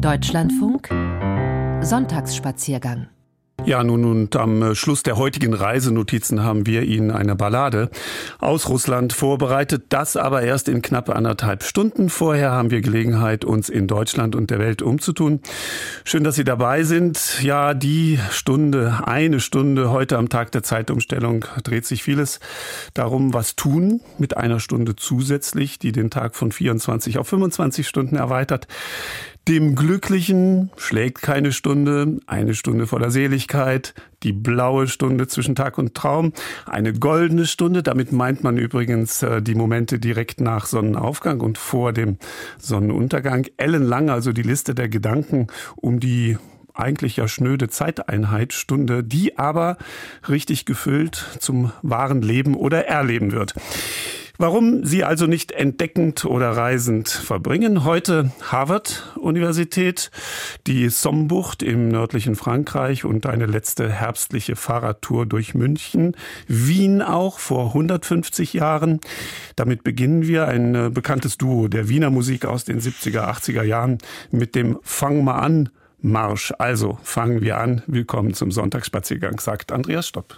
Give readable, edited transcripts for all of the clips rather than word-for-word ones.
Deutschlandfunk Sonntagsspaziergang. Ja, nun und am Schluss der heutigen Reisenotizen haben wir Ihnen eine Ballade aus Russland vorbereitet. Das aber erst in knapp 1,5 Stunden. Vorher haben wir Gelegenheit, uns in Deutschland und der Welt umzutun. Schön, dass Sie dabei sind. Ja, die Stunde, eine Stunde heute am Tag der Zeitumstellung dreht sich vieles darum, was tun mit einer Stunde zusätzlich, die den Tag von 24 auf 25 Stunden erweitert. Dem Glücklichen schlägt keine Stunde, eine Stunde voller Seligkeit, die blaue Stunde zwischen Tag und Traum, eine goldene Stunde, damit meint man übrigens die Momente direkt nach Sonnenaufgang und vor dem Sonnenuntergang. Ellenlang, also die Liste der Gedanken um die eigentlich ja schnöde Zeiteinheit, Stunde, die aber richtig gefüllt zum wahren Leben oder Erleben wird. Warum sie also nicht entdeckend oder reisend verbringen? Heute Harvard-Universität, die Somme-Bucht im nördlichen Frankreich und eine letzte herbstliche Fahrradtour durch München. Wien auch vor 150 Jahren. Damit beginnen wir ein bekanntes Duo der Wiener Musik aus den 70er, 80er Jahren mit dem Fang mal an Marsch. Also fangen wir an. Willkommen zum Sonntagsspaziergang, sagt Andreas Stopp.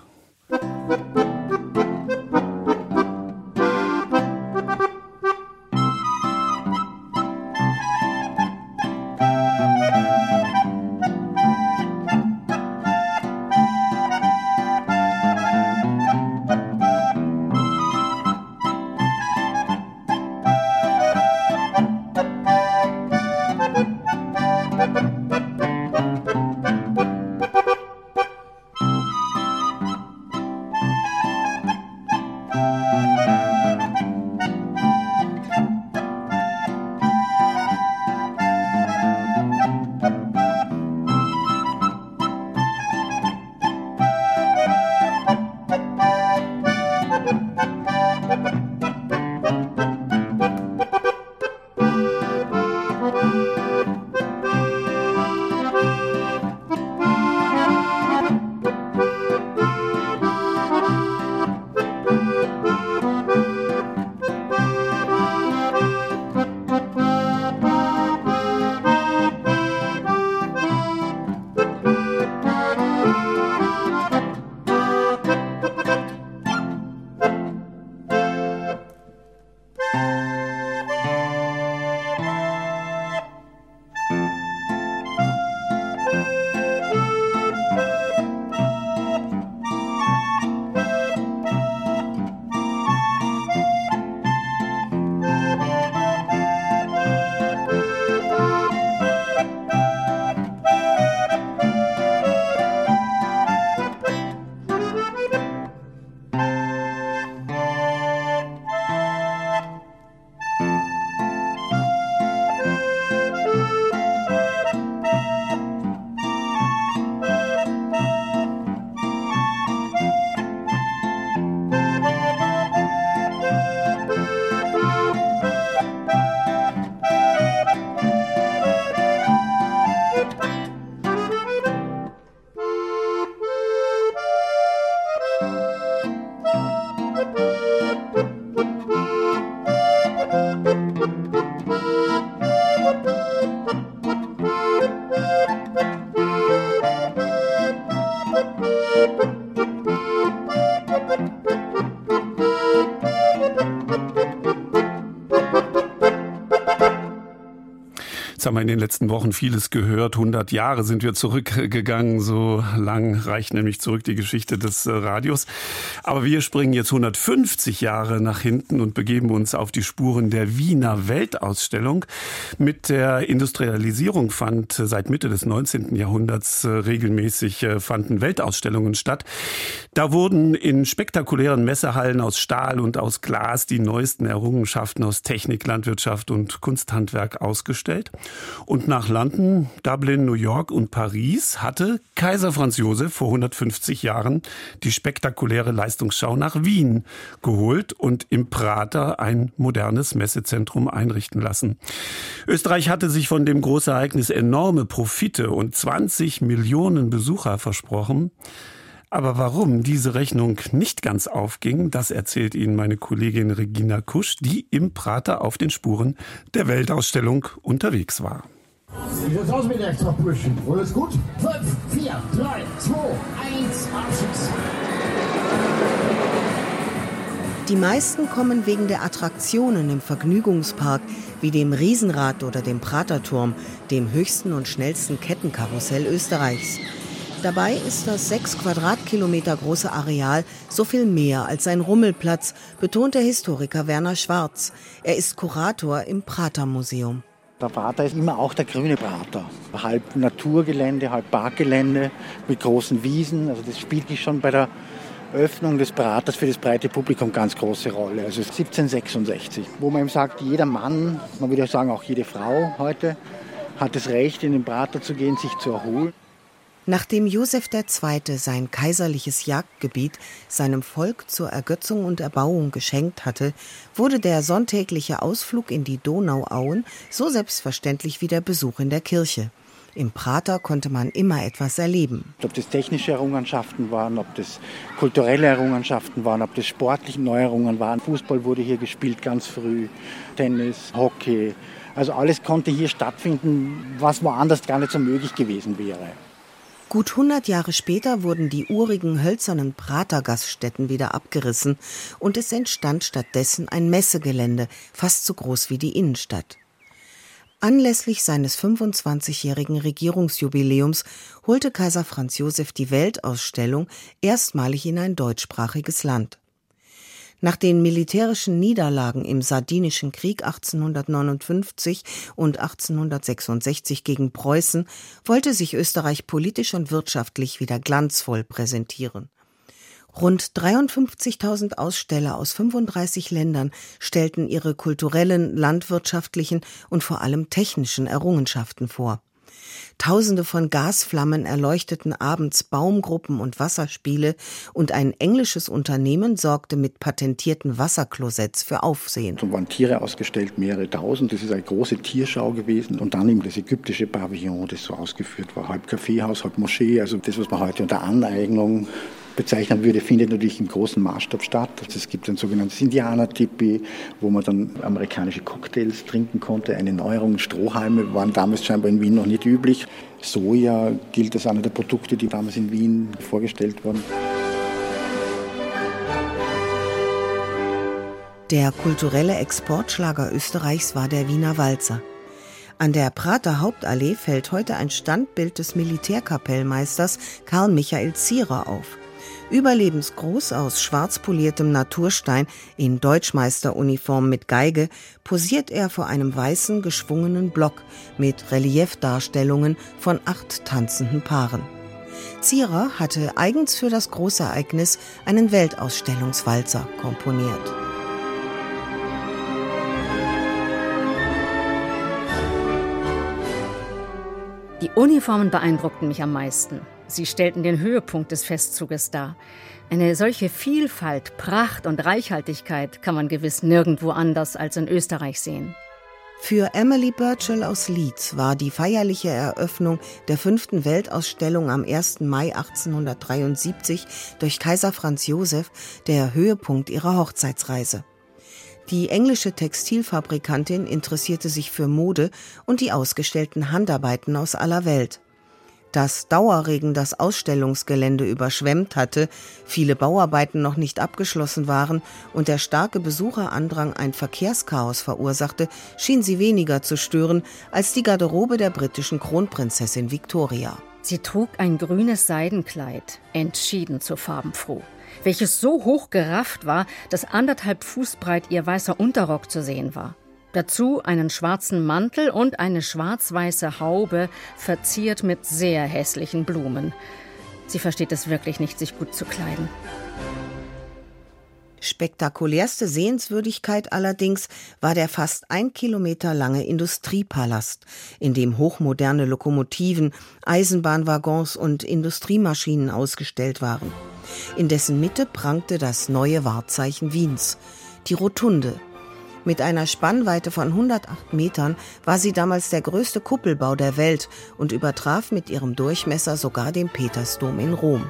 Jetzt haben wir in den letzten Wochen vieles gehört. 100 Jahre sind wir zurückgegangen. So lang reicht nämlich zurück die Geschichte des Radios. Aber wir springen jetzt 150 Jahre nach hinten und begeben uns auf die Spuren der Wiener Weltausstellung. Mit der Industrialisierung fand seit Mitte des 19. Jahrhunderts regelmäßig fanden Weltausstellungen statt. Da wurden in spektakulären Messehallen aus Stahl und aus Glas die neuesten Errungenschaften aus Technik, Landwirtschaft und Kunsthandwerk ausgestellt. Und nach London, Dublin, New York und Paris hatte Kaiser Franz Josef vor 150 Jahren die spektakuläre Leistungsschau nach Wien geholt und im Prater ein modernes Messezentrum einrichten lassen. Österreich hatte sich von dem Großereignis enorme Profite und 20 Millionen Besucher versprochen. Aber warum diese Rechnung nicht ganz aufging, das erzählt Ihnen meine Kollegin Regina Kusch, die im Prater auf den Spuren der Weltausstellung unterwegs war. Wie sieht's aus mit extra Burschen? Alles gut? 5, 4, 3, 2, 1, Abschuss. Die meisten kommen wegen der Attraktionen im Vergnügungspark, wie dem Riesenrad oder dem Praterturm, dem höchsten und schnellsten Kettenkarussell Österreichs. Dabei ist das 6 Quadratkilometer große Areal so viel mehr als ein Rummelplatz, betont der Historiker Werner Schwarz. Er ist Kurator im Pratermuseum. Der Prater ist immer auch der grüne Prater. Halb Naturgelände, halb Parkgelände mit großen Wiesen. Also das spielt schon bei der Öffnung des Praters für das breite Publikum ganz große Rolle. Also 1766, wo man eben sagt, jeder Mann, man würde sagen auch jede Frau heute, hat das Recht, in den Prater zu gehen, sich zu erholen. Nachdem Josef II. Sein kaiserliches Jagdgebiet seinem Volk zur Ergötzung und Erbauung geschenkt hatte, wurde der sonntägliche Ausflug in die Donauauen so selbstverständlich wie der Besuch in der Kirche. Im Prater konnte man immer etwas erleben. Ob das technische Errungenschaften waren, ob das kulturelle Errungenschaften waren, ob das sportliche Neuerungen waren. Fußball wurde hier gespielt ganz früh, Tennis, Hockey. Also alles konnte hier stattfinden, was woanders gar nicht so möglich gewesen wäre. Gut 100 Jahre später wurden die urigen hölzernen Pratergaststätten wieder abgerissen und es entstand stattdessen ein Messegelände, fast so groß wie die Innenstadt. Anlässlich seines 25-jährigen Regierungsjubiläums holte Kaiser Franz Josef die Weltausstellung erstmalig in ein deutschsprachiges Land. Nach den militärischen Niederlagen im Sardinischen Krieg 1859 und 1866 gegen Preußen wollte sich Österreich politisch und wirtschaftlich wieder glanzvoll präsentieren. Rund 53.000 Aussteller aus 35 Ländern stellten ihre kulturellen, landwirtschaftlichen und vor allem technischen Errungenschaften vor. Tausende von Gasflammen erleuchteten abends Baumgruppen und Wasserspiele und ein englisches Unternehmen sorgte mit patentierten Wasserklosetts für Aufsehen. Es waren Tiere ausgestellt, mehrere tausend. Das ist eine große Tierschau gewesen. Und dann eben das ägyptische Pavillon, das so ausgeführt war. Halb Kaffeehaus, halb Moschee. Also das, was man heute unter Aneignung bezeichnen würde, findet natürlich im großen Maßstab statt. Es gibt ein sogenanntes Indianer-Tipi, wo man dann amerikanische Cocktails trinken konnte. Eine Neuerung, Strohhalme waren damals scheinbar in Wien noch nicht üblich. Soja gilt als einer der Produkte, die damals in Wien vorgestellt wurden. Der kulturelle Exportschlager Österreichs war der Wiener Walzer. An der Prater Hauptallee fällt heute ein Standbild des Militärkapellmeisters Karl Michael Zierer auf. Überlebensgroß aus schwarz poliertem Naturstein in Deutschmeisteruniform mit Geige posiert er vor einem weißen, geschwungenen Block mit Reliefdarstellungen von 8 tanzenden Paaren. Zierer hatte eigens für das Großereignis einen Weltausstellungswalzer komponiert. Die Uniformen beeindruckten mich am meisten. Sie stellten den Höhepunkt des Festzuges dar. Eine solche Vielfalt, Pracht und Reichhaltigkeit kann man gewiss nirgendwo anders als in Österreich sehen. Für Emily Birchall aus Leeds war die feierliche Eröffnung der 5. Weltausstellung am 1. Mai 1873 durch Kaiser Franz Josef der Höhepunkt ihrer Hochzeitsreise. Die englische Textilfabrikantin interessierte sich für Mode und die ausgestellten Handarbeiten aus aller Welt. Dass Dauerregen das Ausstellungsgelände überschwemmt hatte, viele Bauarbeiten noch nicht abgeschlossen waren und der starke Besucherandrang ein Verkehrschaos verursachte, schien sie weniger zu stören als die Garderobe der britischen Kronprinzessin Victoria. Sie trug ein grünes Seidenkleid, entschieden zu farbenfroh, welches so hoch gerafft war, dass 1,5 Fuß breit ihr weißer Unterrock zu sehen war. Dazu einen schwarzen Mantel und eine schwarz-weiße Haube, verziert mit sehr hässlichen Blumen. Sie versteht es wirklich nicht, sich gut zu kleiden. Spektakulärste Sehenswürdigkeit allerdings war der fast 1 Kilometer lange Industriepalast, in dem hochmoderne Lokomotiven, Eisenbahnwaggons und Industriemaschinen ausgestellt waren. In dessen Mitte prangte das neue Wahrzeichen Wiens, die Rotunde. Mit einer Spannweite von 108 Metern war sie damals der größte Kuppelbau der Welt und übertraf mit ihrem Durchmesser sogar den Petersdom in Rom.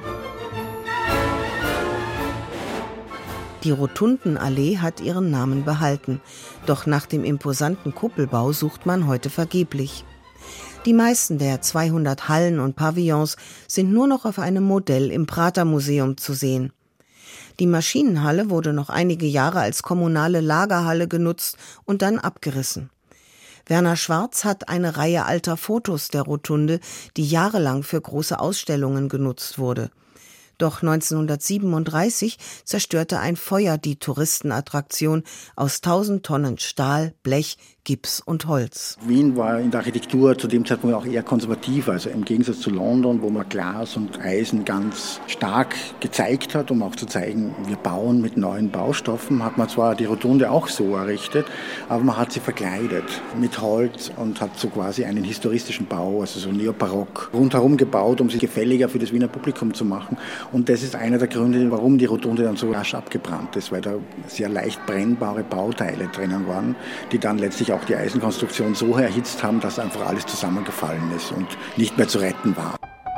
Die Rotundenallee hat ihren Namen behalten, doch nach dem imposanten Kuppelbau sucht man heute vergeblich. Die meisten der 200 Hallen und Pavillons sind nur noch auf einem Modell im Prater-Museum zu sehen. Die Maschinenhalle wurde noch einige Jahre als kommunale Lagerhalle genutzt und dann abgerissen. Werner Schwarz hat eine Reihe alter Fotos der Rotunde, die jahrelang für große Ausstellungen genutzt wurde. Doch 1937 zerstörte ein Feuer die Touristenattraktion aus 1000 Tonnen Stahl, Blech, Gips und Holz. Wien war in der Architektur zu dem Zeitpunkt auch eher konservativ, also im Gegensatz zu London, wo man Glas und Eisen ganz stark gezeigt hat, um auch zu zeigen, wir bauen mit neuen Baustoffen, hat man zwar die Rotunde auch so errichtet, aber man hat sie verkleidet mit Holz und hat so quasi einen historistischen Bau, also so neobarock, rundherum gebaut, um sie gefälliger für das Wiener Publikum zu machen. Und das ist einer der Gründe, warum die Rotunde dann so rasch abgebrannt ist, weil da sehr leicht brennbare Bauteile drinnen waren, die dann letztlich auch die Eisenkonstruktion so erhitzt haben, dass einfach alles zusammengefallen ist und nicht mehr zu retten war.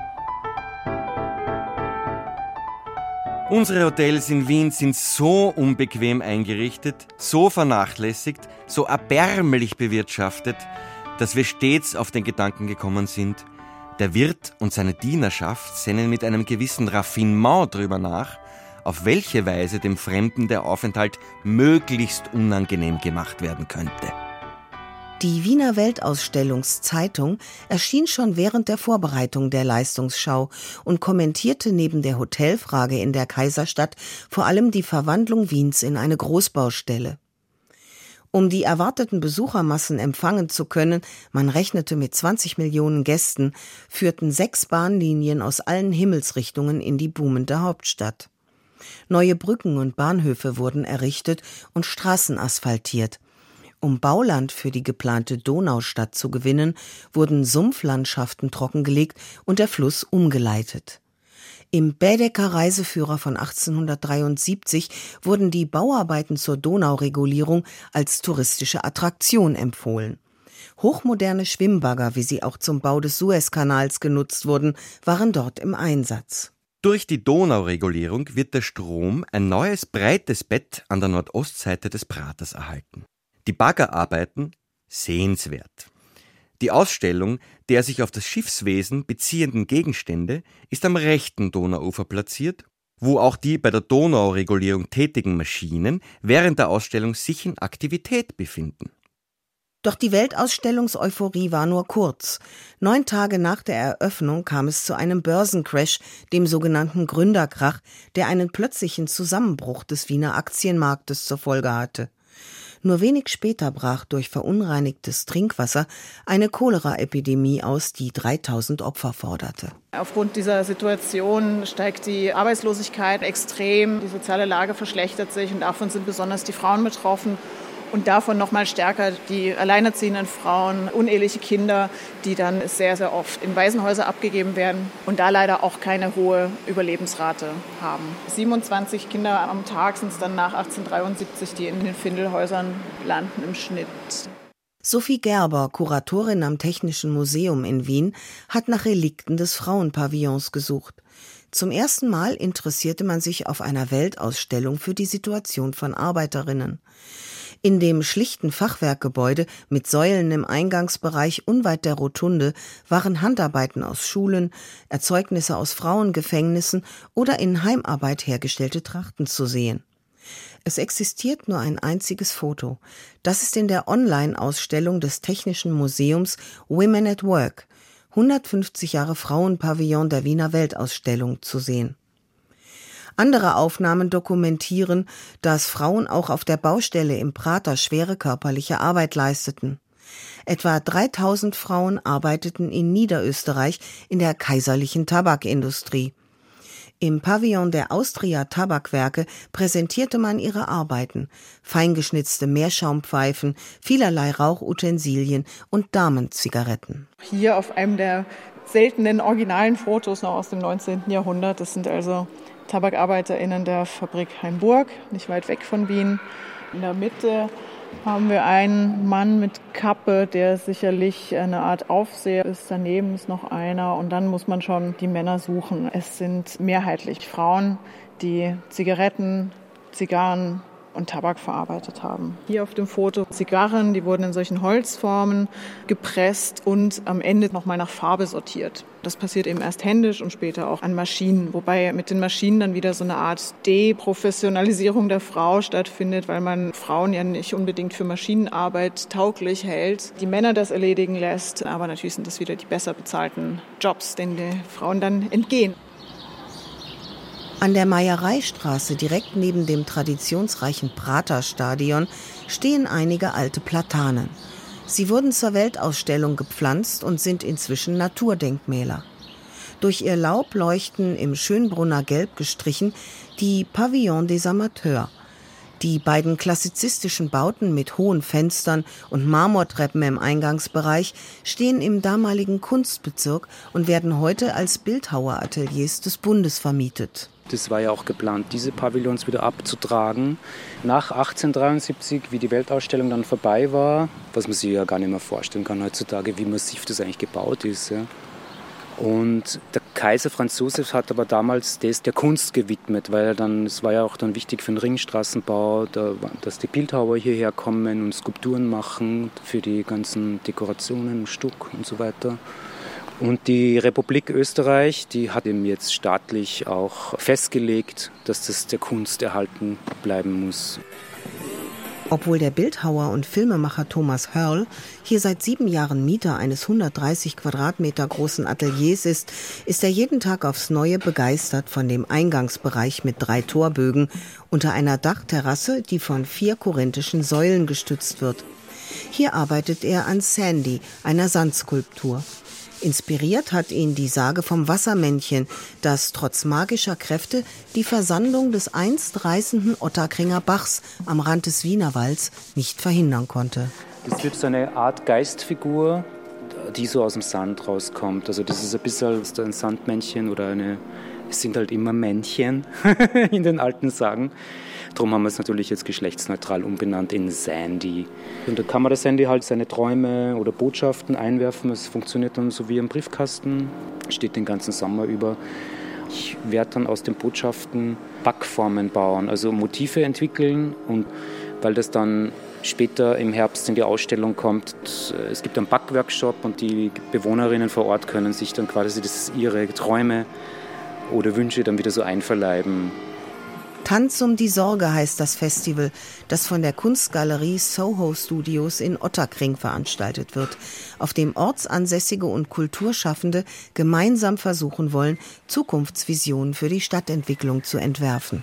Unsere Hotels in Wien sind so unbequem eingerichtet, so vernachlässigt, so erbärmlich bewirtschaftet, dass wir stets auf den Gedanken gekommen sind, der Wirt und seine Dienerschaft sinnen mit einem gewissen Raffinement drüber nach, auf welche Weise dem Fremden der Aufenthalt möglichst unangenehm gemacht werden könnte. Die Wiener Weltausstellungszeitung erschien schon während der Vorbereitung der Leistungsschau und kommentierte neben der Hotelfrage in der Kaiserstadt vor allem die Verwandlung Wiens in eine Großbaustelle. Um die erwarteten Besuchermassen empfangen zu können, man rechnete mit 20 Millionen Gästen, führten 6 Bahnlinien aus allen Himmelsrichtungen in die boomende Hauptstadt. Neue Brücken und Bahnhöfe wurden errichtet und Straßen asphaltiert. Um Bauland für die geplante Donaustadt zu gewinnen, wurden Sumpflandschaften trockengelegt und der Fluss umgeleitet. Im Baedeker Reiseführer von 1873 wurden die Bauarbeiten zur Donauregulierung als touristische Attraktion empfohlen. Hochmoderne Schwimmbagger, wie sie auch zum Bau des Suezkanals genutzt wurden, waren dort im Einsatz. Durch die Donauregulierung wird der Strom ein neues breites Bett an der Nordostseite des Praters erhalten. Die Baggerarbeiten sehenswert. Die Ausstellung der sich auf das Schiffswesen beziehenden Gegenstände ist am rechten Donauufer platziert, wo auch die bei der Donauregulierung tätigen Maschinen während der Ausstellung sich in Aktivität befinden. Doch die Weltausstellungseuphorie war nur kurz. 9 Tage nach der Eröffnung kam es zu einem Börsencrash, dem sogenannten Gründerkrach, der einen plötzlichen Zusammenbruch des Wiener Aktienmarktes zur Folge hatte. Nur wenig später brach durch verunreinigtes Trinkwasser eine Cholera-Epidemie aus, die 3000 Opfer forderte. Aufgrund dieser Situation steigt die Arbeitslosigkeit extrem, die soziale Lage verschlechtert sich und davon sind besonders die Frauen betroffen. Und davon noch mal stärker die alleinerziehenden Frauen, uneheliche Kinder, die dann sehr, sehr oft in Waisenhäuser abgegeben werden und da leider auch keine hohe Überlebensrate haben. 27 Kinder am Tag sind es dann nach 1873, die in den Findelhäusern landen im Schnitt. Sophie Gerber, Kuratorin am Technischen Museum in Wien, hat nach Relikten des Frauenpavillons gesucht. Zum ersten Mal interessierte man sich auf einer Weltausstellung für die Situation von Arbeiterinnen. In dem schlichten Fachwerkgebäude mit Säulen im Eingangsbereich unweit der Rotunde waren Handarbeiten aus Schulen, Erzeugnisse aus Frauengefängnissen oder in Heimarbeit hergestellte Trachten zu sehen. Es existiert nur ein einziges Foto. Das ist in der Online-Ausstellung des Technischen Museums Women at Work, 150 Jahre Frauenpavillon der Wiener Weltausstellung, zu sehen. Andere Aufnahmen dokumentieren, dass Frauen auch auf der Baustelle im Prater schwere körperliche Arbeit leisteten. Etwa 3000 Frauen arbeiteten in Niederösterreich in der kaiserlichen Tabakindustrie. Im Pavillon der Austria Tabakwerke präsentierte man ihre Arbeiten: feingeschnitzte Meerschaumpfeifen, vielerlei Rauchutensilien und Damenzigaretten. Hier auf einem der seltenen originalen Fotos noch aus dem 19. Jahrhundert, das sind also TabakarbeiterInnen der Fabrik Hainburg, nicht weit weg von Wien. In der Mitte haben wir einen Mann mit Kappe, der sicherlich eine Art Aufseher ist. Daneben ist noch einer und dann muss man schon die Männer suchen. Es sind mehrheitlich Frauen, die Zigaretten, Zigarren, und Tabak verarbeitet haben. Hier auf dem Foto Zigarren, die wurden in solchen Holzformen gepresst und am Ende nochmal nach Farbe sortiert. Das passiert eben erst händisch und später auch an Maschinen, wobei mit den Maschinen dann wieder so eine Art Deprofessionalisierung der Frau stattfindet, weil man Frauen ja nicht unbedingt für Maschinenarbeit tauglich hält, die Männer das erledigen lässt, aber natürlich sind das wieder die besser bezahlten Jobs, denen die Frauen dann entgehen. An der Meiereistraße, direkt neben dem traditionsreichen Praterstadion, stehen einige alte Platanen. Sie wurden zur Weltausstellung gepflanzt und sind inzwischen Naturdenkmäler. Durch ihr Laub leuchten im Schönbrunner Gelb gestrichen die Pavillons des Amateurs. Die beiden klassizistischen Bauten mit hohen Fenstern und Marmortreppen im Eingangsbereich stehen im damaligen Kunstbezirk und werden heute als Bildhauerateliers des Bundes vermietet. Das war ja auch geplant, diese Pavillons wieder abzutragen. Nach 1873, wie die Weltausstellung dann vorbei war, was man sich ja gar nicht mehr vorstellen kann heutzutage, wie massiv das eigentlich gebaut ist. Ja. Und der Kaiser Franz Josef hat aber damals das der Kunst gewidmet, weil es war ja auch dann wichtig für den Ringstraßenbau, dass die Bildhauer hierher kommen und Skulpturen machen für die ganzen Dekorationen, Stuck und so weiter. Und die Republik Österreich, die hat eben jetzt staatlich auch festgelegt, dass das der Kunst erhalten bleiben muss. Obwohl der Bildhauer und Filmemacher Thomas Hörl hier seit 7 Jahren Mieter eines 130 Quadratmeter großen Ateliers ist er jeden Tag aufs Neue begeistert von dem Eingangsbereich mit 3 Torbögen unter einer Dachterrasse, die von 4 korinthischen Säulen gestützt wird. Hier arbeitet er an Sandy, einer Sandskulptur. Inspiriert hat ihn die Sage vom Wassermännchen, das trotz magischer Kräfte die Versandung des einst reißenden Ottakringer Bachs am Rand des Wienerwalds nicht verhindern konnte. Das wird so eine Art Geistfigur, die so aus dem Sand rauskommt. Also das ist ein bisschen ein Sandmännchen oder es sind halt immer Männchen in den alten Sagen. Darum haben wir es natürlich jetzt geschlechtsneutral umbenannt in Sandy. Und da kann man der Sandy halt seine Träume oder Botschaften einwerfen. Es funktioniert dann so wie ein Briefkasten, steht den ganzen Sommer über. Ich werde dann aus den Botschaften Backformen bauen, also Motive entwickeln. Und weil das dann später im Herbst in die Ausstellung kommt, es gibt einen Backworkshop und die Bewohnerinnen vor Ort können sich dann quasi ihre Träume oder Wünsche dann wieder so einverleiben. Tanz um die Sorge heißt das Festival, das von der Kunstgalerie Soho Studios in Ottakring veranstaltet wird, auf dem Ortsansässige und Kulturschaffende gemeinsam versuchen wollen, Zukunftsvisionen für die Stadtentwicklung zu entwerfen.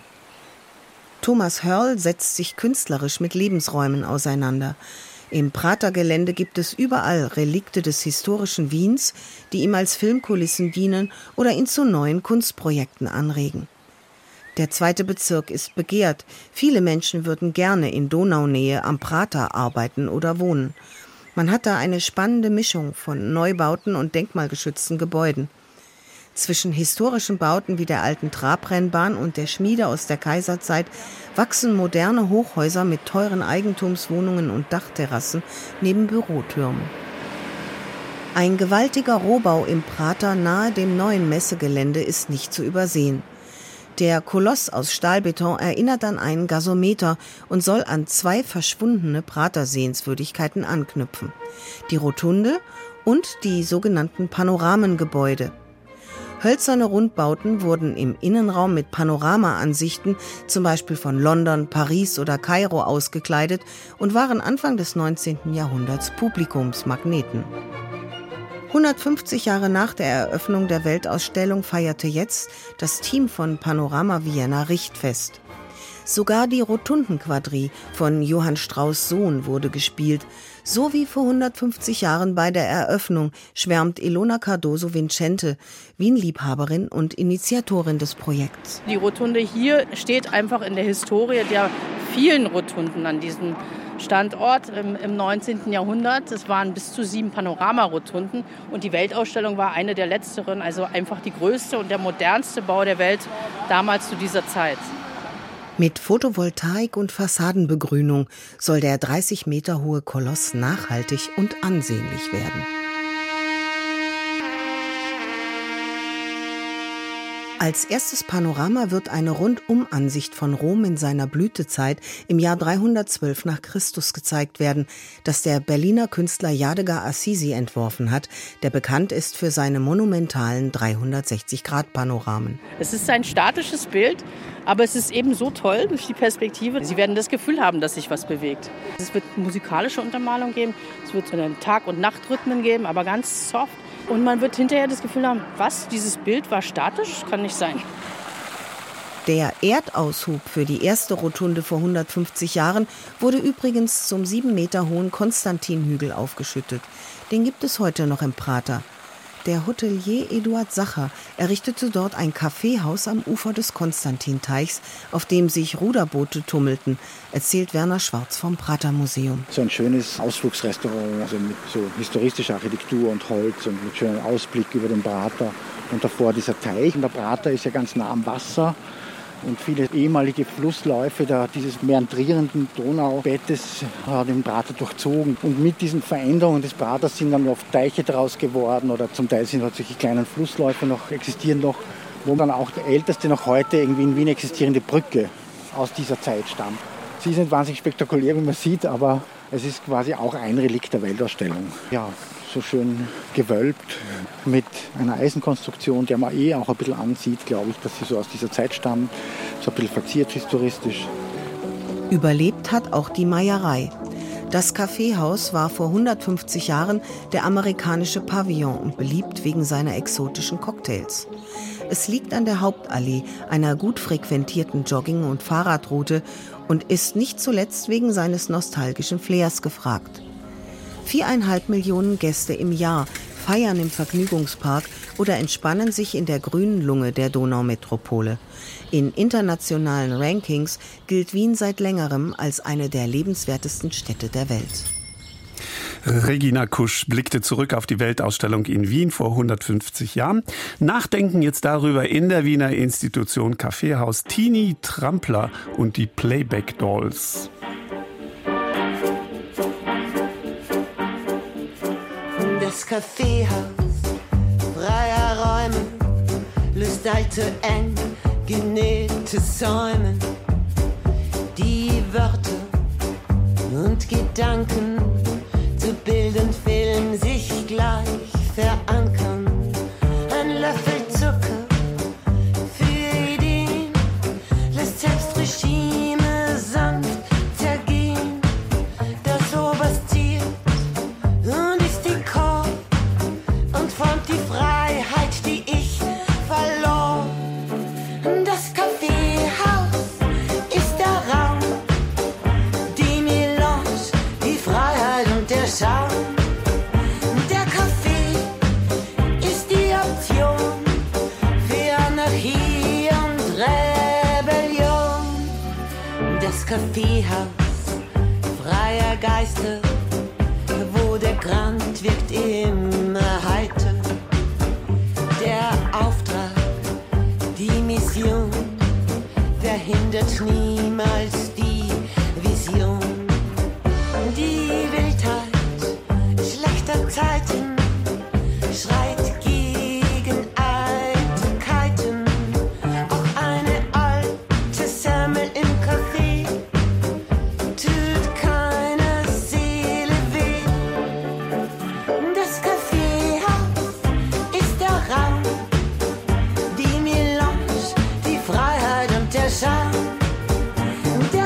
Thomas Hörl setzt sich künstlerisch mit Lebensräumen auseinander. Im Pratergelände gibt es überall Relikte des historischen Wiens, die ihm als Filmkulissen dienen oder ihn zu neuen Kunstprojekten anregen. Der 2. Bezirk ist begehrt. Viele Menschen würden gerne in Donaunähe am Prater arbeiten oder wohnen. Man hat da eine spannende Mischung von Neubauten und denkmalgeschützten Gebäuden. Zwischen historischen Bauten wie der alten Trabrennbahn und der Schmiede aus der Kaiserzeit wachsen moderne Hochhäuser mit teuren Eigentumswohnungen und Dachterrassen neben Bürotürmen. Ein gewaltiger Rohbau im Prater nahe dem neuen Messegelände ist nicht zu übersehen. Der Koloss aus Stahlbeton erinnert an einen Gasometer und soll an 2 verschwundene Prater-Sehenswürdigkeiten anknüpfen: die Rotunde und die sogenannten Panoramengebäude. Hölzerne Rundbauten wurden im Innenraum mit Panoramaansichten, zum Beispiel von London, Paris oder Kairo, ausgekleidet und waren Anfang des 19. Jahrhunderts Publikumsmagneten. 150 Jahre nach der Eröffnung der Weltausstellung feierte jetzt das Team von Panorama Vienna Richtfest. Sogar die Rotundenquadrille von Johann Strauss' Sohn wurde gespielt. So wie vor 150 Jahren bei der Eröffnung schwärmt Ilona Cardoso Vincente, Wien-Liebhaberin und Initiatorin des Projekts. Die Rotunde hier steht einfach in der Historie der vielen Rotunden an diesem Standort im 19. Jahrhundert. Es waren bis zu 7 Panoramarotunden und die Weltausstellung war eine der letzteren, also einfach die größte und der modernste Bau der Welt damals zu dieser Zeit. Mit Photovoltaik und Fassadenbegrünung soll der 30 Meter hohe Koloss nachhaltig und ansehnlich werden. Als erstes Panorama wird eine Rundumansicht von Rom in seiner Blütezeit im Jahr 312 nach Christus gezeigt werden, das der Berliner Künstler Jadeger Assisi entworfen hat, der bekannt ist für seine monumentalen 360-Grad-Panoramen. Es ist ein statisches Bild, aber es ist eben so toll durch die Perspektive. Sie werden das Gefühl haben, dass sich was bewegt. Es wird musikalische Untermalung geben, es wird so einen Tag- und Nachtrhythmen geben, aber ganz soft. Und man wird hinterher das Gefühl haben, was, dieses Bild war statisch? Kann nicht sein. Der Erdaushub für die erste Rotunde vor 150 Jahren wurde übrigens zum 7 Meter hohen Konstantinhügel aufgeschüttet. Den gibt es heute noch im Prater. Der Hotelier Eduard Sacher errichtete dort ein Kaffeehaus am Ufer des Konstantinteichs, auf dem sich Ruderboote tummelten, erzählt Werner Schwarz vom Prater Museum. So ein schönes Ausflugsrestaurant, also mit so historischer Architektur und Holz und mit schönem Ausblick über den Prater. Und davor dieser Teich. Und der Prater ist ja ganz nah am Wasser. Und viele ehemalige Flussläufe dieses meandrierenden Donaubettes hat den Prater durchzogen. Und mit diesen Veränderungen des Praters sind dann oft Teiche daraus geworden oder zum Teil sind halt solche kleinen Flussläufe existieren noch, wo dann auch die älteste noch heute irgendwie in Wien existierende Brücke aus dieser Zeit stammt. Sie ist nicht wahnsinnig spektakulär, wie man sieht, aber es ist quasi auch ein Relikt der Weltausstellung. Ja, so schön gewölbt mit einer Eisenkonstruktion, der man auch ein bisschen ansieht, glaube ich, dass sie so aus dieser Zeit stammt, so ein bisschen verziert historistisch. Überlebt hat auch die Meierei. Das Kaffeehaus war vor 150 Jahren der amerikanische Pavillon und beliebt wegen seiner exotischen Cocktails. Es liegt an der Hauptallee, einer gut frequentierten Jogging- und Fahrradroute und ist nicht zuletzt wegen seines nostalgischen Flairs gefragt. 4,5 Millionen Gäste im Jahr feiern im Vergnügungspark oder entspannen sich in der grünen Lunge der Donaumetropole. In internationalen Rankings gilt Wien seit längerem als eine der lebenswertesten Städte der Welt. Regina Kusch blickte zurück auf die Weltausstellung in Wien vor 150 Jahren. Nachdenken jetzt darüber in der Wiener Institution Kaffeehaus Tini Trampler und die Playback Dolls. Das Kaffeehaus freier Räume löst alte, eng genähte Säume. Die Wörter und Gedanken zu bilden, Film sich gleich verankern. Ein Löffel Zucker für Ideen lässt selbst Regime sanft zergehen. Das Oberstier und ist die Chor und formt die Freiheit, die ich verlor. Das Kaffeehaus ist der Raum, die Melange, die Freiheit und der Schaum. Der Kaffee ist die Option für Anarchie und Rebellion. Das Kaffeehaus freier Geister, wo der Grand wirkt immer heiter. Der Auftrag, die Mission, verhindert niemals die Vision. Die Wildheit schlechter Zeiten schreit gegen Eitelkeiten. Auch eine alte Semmel im Café tut keiner Seele weh. Das Kaffeehaus ist der Raum, die Melange, die Freiheit und der Charme. Der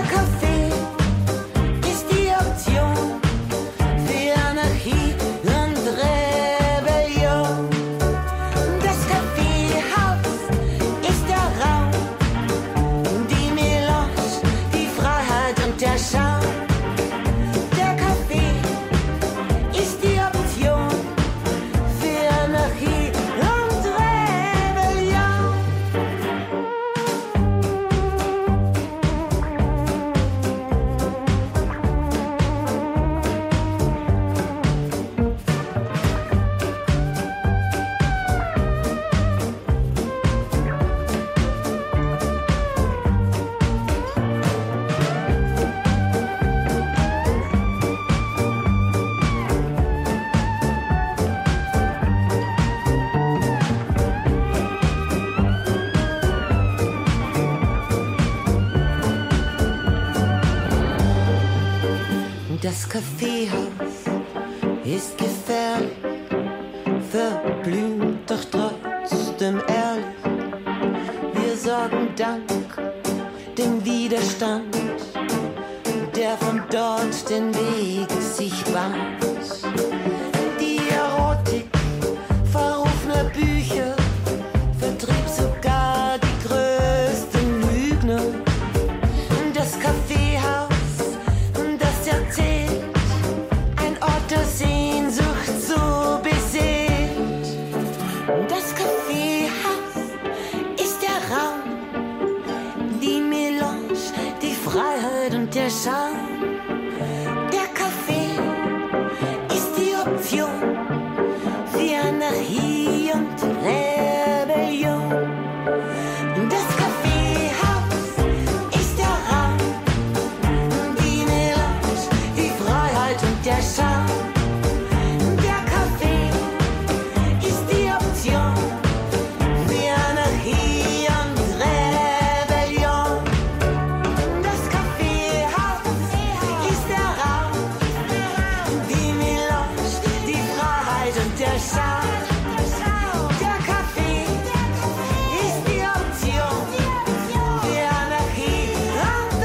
Das Kaffeehaus ist gefährlich, verblümt, doch trotzdem ehrlich. Wir sorgen Dank dem Widerstand, der von dort den Weg sich bahnt. Die Erotik verrufener Bücher vertrieb sogar die größten Lügner. Das Kaffeehaus, das erzählt, ein Ort der Sehnsucht so beseelt. Das Kaffeehaus ist der Raum, die Melange, die Freiheit und der Charme. Der Kaffee ist die Option für Anarchie und Rebellion. Das Kaffeehaus ist der Raum, die Melange, die Freiheit und der Charme. Der Kaffee ist die Option für Anarchie und Rebellion. Das Kaffeehaus ist der Raum, die Melange, die Freiheit und der Charme. Der Kaffee ist die Option für Anarchie und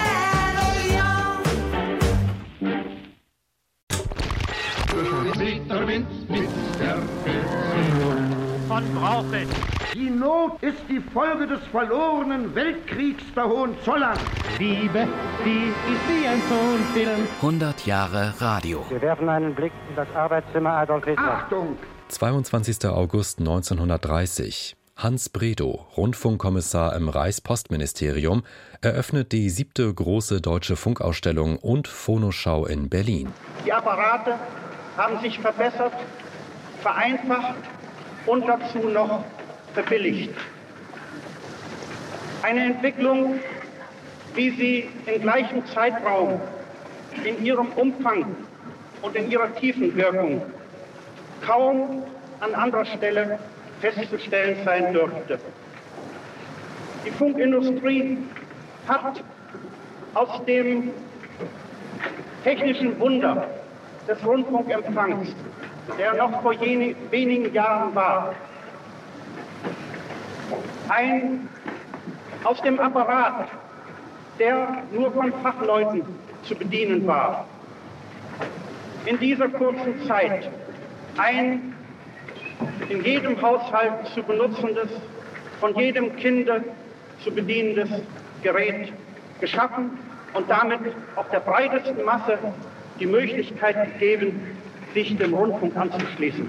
Rebellion. Von brauche. Die Not ist die Folge des verlorenen Weltkriegs der Hohenzollern. Liebe, die ist wie ein Tonfilm. 100 Jahre Radio. Wir werfen einen Blick in das Arbeitszimmer Adolf Hitler. Achtung! 22. August 1930. Hans Bredow, Rundfunkkommissar im Reichspostministerium, eröffnet die 7. große deutsche Funkausstellung und Phonoschau in Berlin. Die Apparate haben sich verbessert, vereinfacht und dazu noch verbilligt. Eine Entwicklung, wie sie im gleichen Zeitraum in ihrem Umfang und in ihrer Tiefenwirkung kaum an anderer Stelle festzustellen sein dürfte. Die Funkindustrie hat aus dem technischen Wunder des Rundfunkempfangs, der noch vor wenigen Jahren war, aus dem Apparat, der nur von Fachleuten zu bedienen war, in dieser kurzen Zeit ein in jedem Haushalt zu benutzendes, von jedem Kinde zu bedienendes Gerät geschaffen und damit auch der breitesten Masse die Möglichkeit gegeben, sich dem Rundfunk anzuschließen.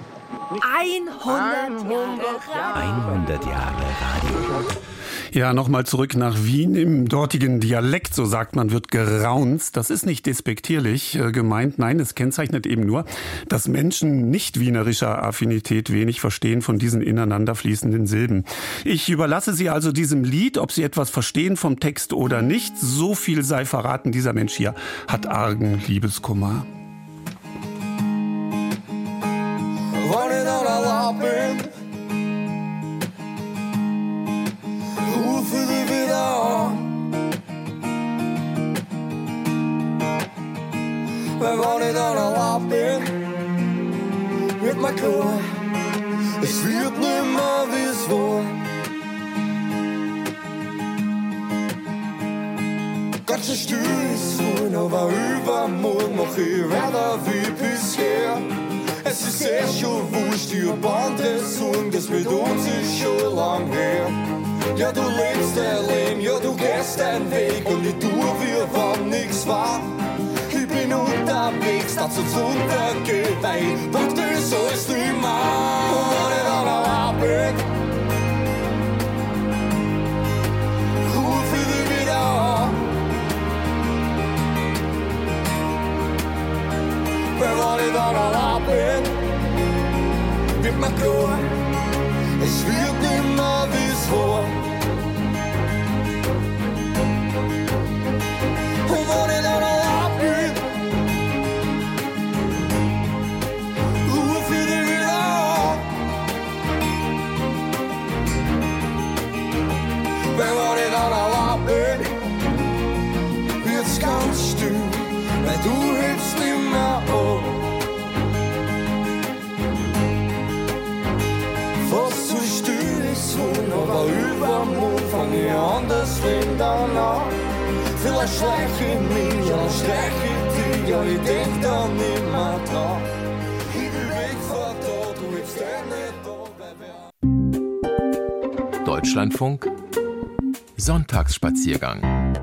100 Jahre Radio. Ja, nochmal zurück nach Wien. Im dortigen Dialekt, so sagt man, wird geraunzt. Das ist nicht despektierlich gemeint. Nein, es kennzeichnet eben nur, dass Menschen nicht wienerischer Affinität wenig verstehen von diesen ineinander fließenden Silben. Ich überlasse Sie also diesem Lied, ob Sie etwas verstehen vom Text oder nicht. So viel sei verraten, dieser Mensch hier hat argen Liebeskummer. Running on a lapping, rufe sie wieder an. Wir running on a lapping, mit mir klar, es wird nimmer wie es war. Ganz schön still ist so, aber übermorgen mach ich weiter wie bisher. Es ist schon wurscht, die andere sagen, das mit uns ist schon lang her. Ja, du lebst dein Leben, ja, du gehst deinen Weg und ich tue, wie wenn nichts war. Ich bin unterwegs, dass uns untergeht, weil ich pack das alles nicht mehr. Und wenn ich dann allein bin, ruf ich dich wieder an. Wenn ich dann allein bin, wird mir klar, es wird nimmer wie es war. Und wenn ich dann allein bin, ruf ich dich wieder an. Wenn ich dann allein bin, wird's ganz still, weil du aber übermorgen fang ich an, das Leben dann an. Vielleicht schleiche ich mich, ja, streiche ich dich, ja, ich denk dann nimmer dran. Ich will weg von da, du willst nicht da, Deutschlandfunk Sonntagsspaziergang.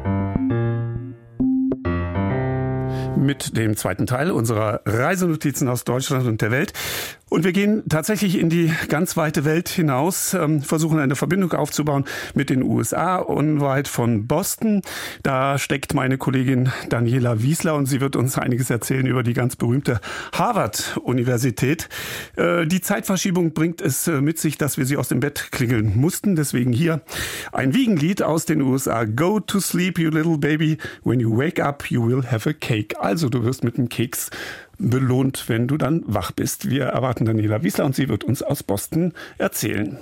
Mit dem zweiten Teil unserer Reisenotizen aus Deutschland und der Welt. Und wir gehen tatsächlich in die ganz weite Welt hinaus, versuchen eine Verbindung aufzubauen mit den USA, unweit von Boston. Da steckt meine Kollegin Daniela Wiesler und sie wird uns einiges erzählen über die ganz berühmte Harvard-Universität. Die Zeitverschiebung bringt es mit sich, dass wir sie aus dem Bett klingeln mussten. Deswegen hier ein Wiegenlied aus den USA. Go to sleep, you little baby. When you wake up, you will have a cake. Also du wirst mit einem Keks belohnt, wenn du dann wach bist. Wir erwarten Daniela Wiesler und sie wird uns aus Boston erzählen.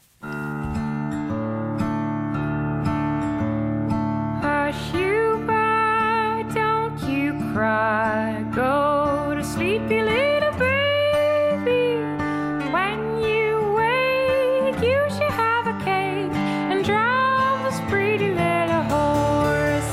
Hush you by, don't you cry, go to sleep, you little baby. When you wake, you should have a cake and drive those pretty little horses.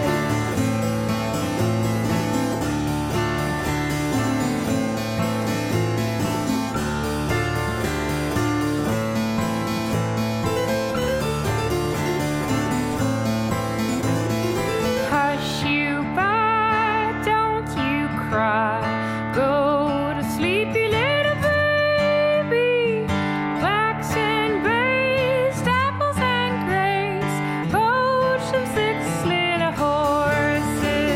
Hush you by, don't you cry, go to sleep, you little baby. Blacks and bays, apples and grays, coach and 6 little horses.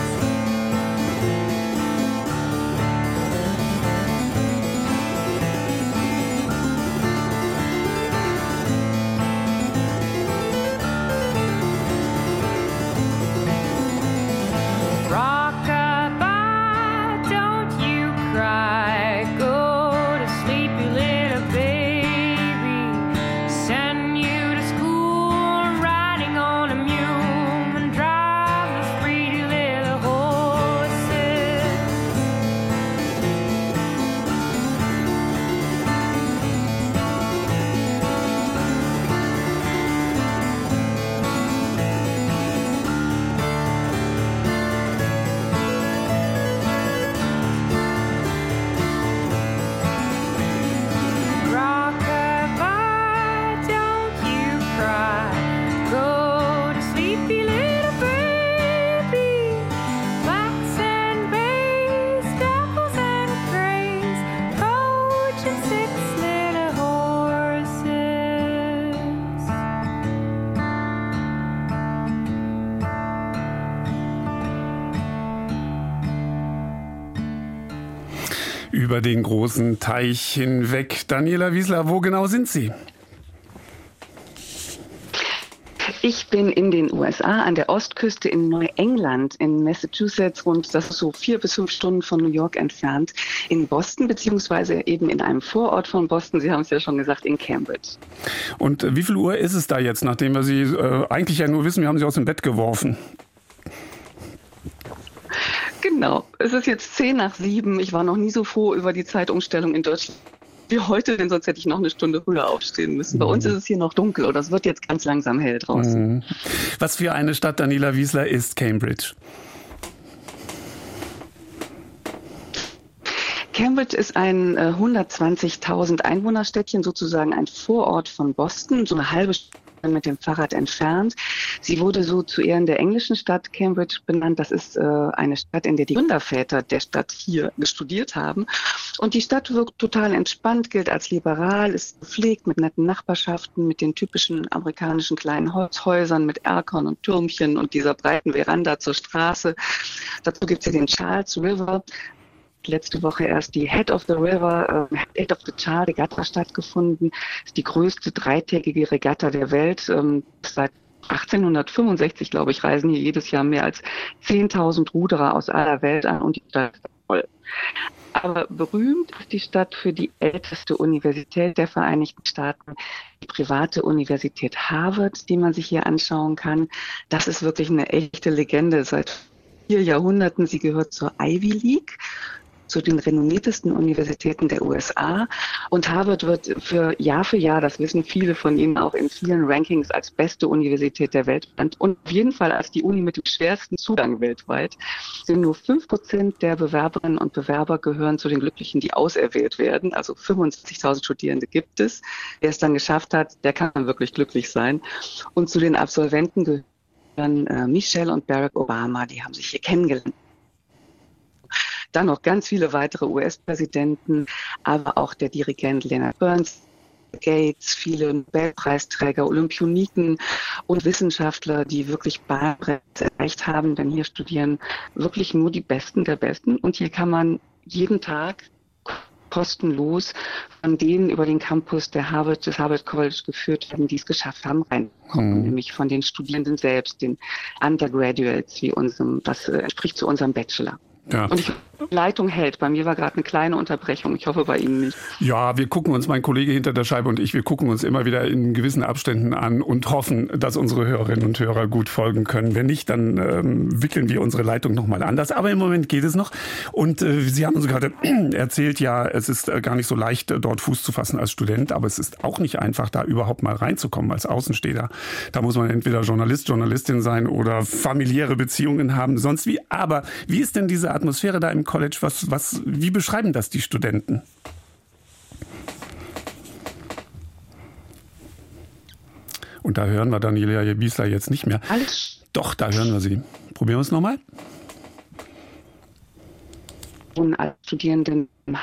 Rock-a-bye, don't you cry, go to sleep, you little baby. Send you to school, riding on a mule and drive those pretty little horses. Rock-a-bye, don't you cry, go to sleep, you little baby. Blacks and bays, apples and grays, coach and 6 little horses. Über den großen Teich hinweg. Daniela Wiesler, wo genau sind Sie? Ich bin in den USA an der Ostküste in Neuengland in Massachusetts, das ist so 4 bis 5 Stunden von New York entfernt, in Boston, beziehungsweise eben in einem Vorort von Boston, Sie haben es ja schon gesagt, in Cambridge. Und wie viel Uhr ist es da jetzt, nachdem wir Sie eigentlich ja nur wissen, wir haben Sie aus dem Bett geworfen? Genau, es ist jetzt 6:10. Ich war noch nie so froh über die Zeitumstellung in Deutschland wie heute, denn sonst hätte ich noch eine Stunde früher aufstehen müssen. Bei uns ist es hier noch dunkel oder es wird jetzt ganz langsam hell draußen. Was für eine Stadt, Daniela Wiesler, ist Cambridge? Cambridge ist ein 120.000 Einwohnerstädtchen, sozusagen ein Vorort von Boston, so eine halbe Stunde mit dem Fahrrad entfernt. Sie wurde so zu Ehren der englischen Stadt Cambridge benannt. Das ist eine Stadt, in der die Gründerväter der Stadt hier studiert haben. Und die Stadt wirkt total entspannt, gilt als liberal, ist gepflegt mit netten Nachbarschaften, mit den typischen amerikanischen kleinen Holzhäusern, mit Erkern und Türmchen und dieser breiten Veranda zur Straße. Dazu gibt es hier den Charles River. Letzte Woche erst die Head of the River, Head of the Charles Regatta stattgefunden. Das ist die größte dreitägige Regatta der Welt. Seit 1865, glaube ich, reisen hier jedes Jahr mehr als 10.000 Ruderer aus aller Welt an und die Stadt ist voll. Aber berühmt ist die Stadt für die älteste Universität der Vereinigten Staaten, die private Universität Harvard, die man sich hier anschauen kann. Das ist wirklich eine echte Legende seit 4 Jahrhunderten. Sie gehört zur Ivy League. zu den renommiertesten Universitäten der USA. Und Harvard wird für Jahr, das wissen viele von Ihnen auch in vielen Rankings, als beste Universität der Welt benannt und auf jeden Fall als die Uni mit dem schwersten Zugang weltweit. Sind nur 5% der Bewerberinnen und Bewerber gehören zu den Glücklichen, die auserwählt werden. Also 65.000 Studierende gibt es. Wer es dann geschafft hat, der kann wirklich glücklich sein. Und zu den Absolventen gehören Michelle und Barack Obama, die haben sich hier kennengelernt. Dann noch ganz viele weitere US-Präsidenten, aber auch der Dirigent Leonard Bernstein, Gates, viele Nobelpreisträger, Olympioniken und Wissenschaftler, die wirklich Bahnbrett erreicht haben, denn hier studieren wirklich nur die Besten der Besten und hier kann man jeden Tag kostenlos von denen über den Campus des Harvard College geführt werden, die es geschafft haben, reinzukommen, nämlich von den Studierenden selbst, den Undergraduates, das entspricht zu unserem Bachelor. Ja. Und die Leitung hält. Bei mir war gerade eine kleine Unterbrechung. Ich hoffe, bei Ihnen nicht. Ja, wir gucken uns, mein Kollege hinter der Scheibe und ich, wir gucken uns immer wieder in gewissen Abständen an und hoffen, dass unsere Hörerinnen und Hörer gut folgen können. Wenn nicht, dann wickeln wir unsere Leitung nochmal anders. Aber im Moment geht es noch. Und Sie haben uns gerade erzählt, ja, es ist gar nicht so leicht, dort Fuß zu fassen als Student. Aber es ist auch nicht einfach, da überhaupt mal reinzukommen als Außenstehender. Da muss man entweder Journalist, Journalistin sein oder familiäre Beziehungen haben, sonst wie. Aber wie ist denn diese Atmosphäre da im College? Wie beschreiben das die Studenten? Und da hören wir Daniela Wiesler jetzt nicht mehr. Alles. Doch, da hören wir sie. Probieren wir es nochmal. Und als Studierenden.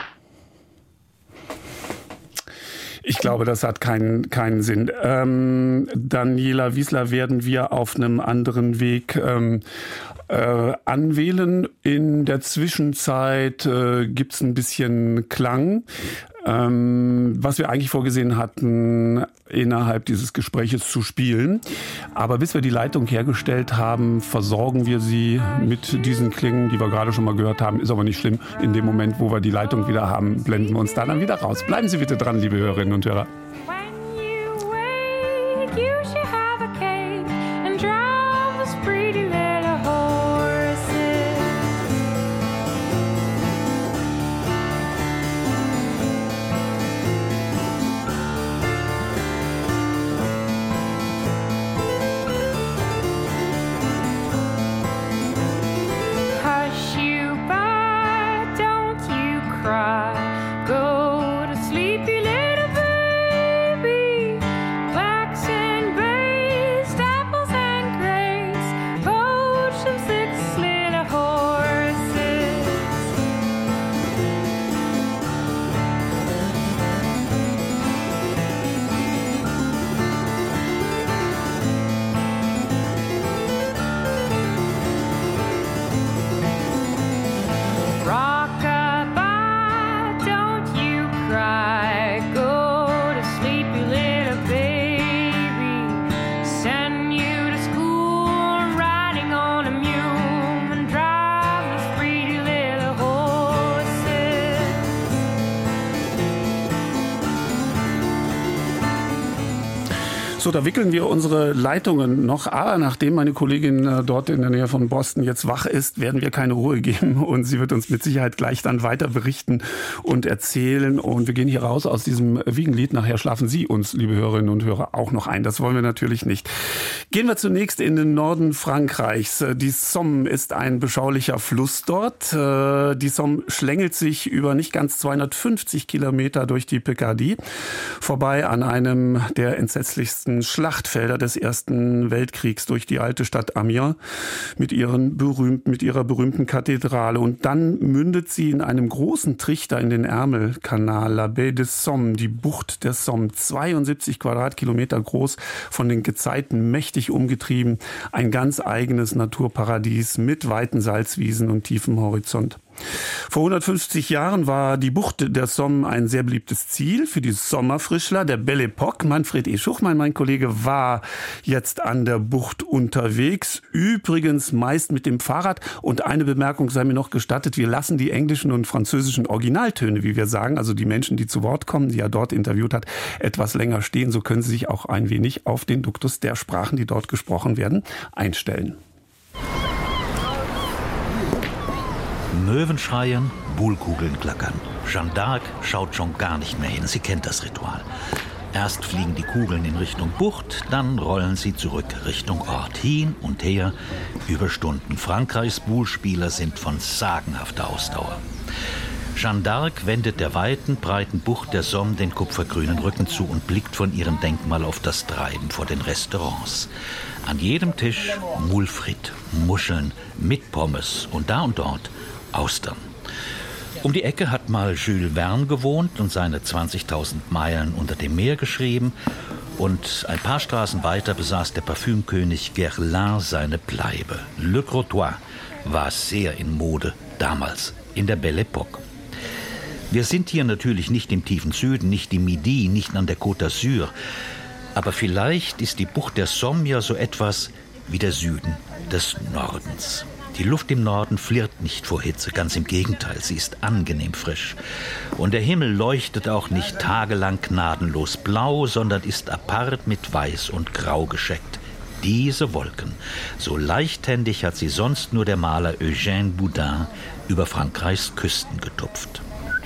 Ich glaube, das hat keinen Sinn. Daniela Wiesler werden wir auf einem anderen Weg anwählen. In der Zwischenzeit gibt's ein bisschen Klang. Was wir eigentlich vorgesehen hatten, innerhalb dieses Gespräches zu spielen. Aber bis wir die Leitung hergestellt haben, versorgen wir sie mit diesen Klängen, die wir gerade schon mal gehört haben. Ist aber nicht schlimm. In dem Moment, wo wir die Leitung wieder haben, blenden wir uns da dann wieder raus. Bleiben Sie bitte dran, liebe Hörerinnen und Hörer. So, da wickeln wir unsere Leitungen noch. Aber nachdem meine Kollegin dort in der Nähe von Boston jetzt wach ist, werden wir keine Ruhe geben. Und sie wird uns mit Sicherheit gleich dann weiter berichten und erzählen. Und wir gehen hier raus aus diesem Wiegenlied. Nachher schlafen Sie uns, liebe Hörerinnen und Hörer, auch noch ein. Das wollen wir natürlich nicht. Gehen wir zunächst in den Norden Frankreichs. Die Somme ist ein beschaulicher Fluss dort. Die Somme schlängelt sich über nicht ganz 250 Kilometer durch die Picardie, vorbei an einem der entsetzlichsten Schlachtfelder des Ersten Weltkriegs durch die alte Stadt Amiens mit ihrer berühmten Kathedrale. Und dann mündet sie in einem großen Trichter in den Ärmelkanal, La Baie de Somme, die Bucht der Somme, 72 Quadratkilometer groß, von den Gezeiten mächtig umgetrieben, ein ganz eigenes Naturparadies mit weiten Salzwiesen und tiefem Horizont. Vor 150 Jahren war die Bucht der Somme ein sehr beliebtes Ziel für die Sommerfrischler der Belle Époque. Manfred E. Schuchmann, mein Kollege, war jetzt an der Bucht unterwegs. Übrigens meist mit dem Fahrrad. Und eine Bemerkung sei mir noch gestattet. Wir lassen die englischen und französischen Originaltöne, wie wir sagen, also die Menschen, die zu Wort kommen, die er dort interviewt hat, etwas länger stehen. So können Sie sich auch ein wenig auf den Duktus der Sprachen, die dort gesprochen werden, einstellen. Möwen schreien, Boulekugeln klackern. Jeanne d'Arc schaut schon gar nicht mehr hin. Sie kennt das Ritual. Erst fliegen die Kugeln in Richtung Bucht, dann rollen sie zurück Richtung Ort. Hin und her über Stunden. Frankreichs Boulespieler sind von sagenhafter Ausdauer. Jeanne d'Arc wendet der weiten, breiten Bucht der Somme den kupfergrünen Rücken zu und blickt von ihrem Denkmal auf das Treiben vor den Restaurants. An jedem Tisch Moules frites, Muscheln mit Pommes und da und dort Austern. Um die Ecke hat mal Jules Verne gewohnt und seine 20.000 Meilen unter dem Meer geschrieben. Und ein paar Straßen weiter besaß der Parfümkönig Guerlain seine Bleibe. Le Crotoy war sehr in Mode damals, in der Belle Époque. Wir sind hier natürlich nicht im tiefen Süden, nicht im Midi, nicht an der Côte d'Azur. Aber vielleicht ist die Bucht der Somme ja so etwas wie der Süden des Nordens. Die Luft im Norden flirrt nicht vor Hitze, ganz im Gegenteil, sie ist angenehm frisch. Und der Himmel leuchtet auch nicht tagelang gnadenlos blau, sondern ist apart mit Weiß und Grau gescheckt. Diese Wolken, so leichthändig hat sie sonst nur der Maler Eugène Boudin über Frankreichs Küsten getupft.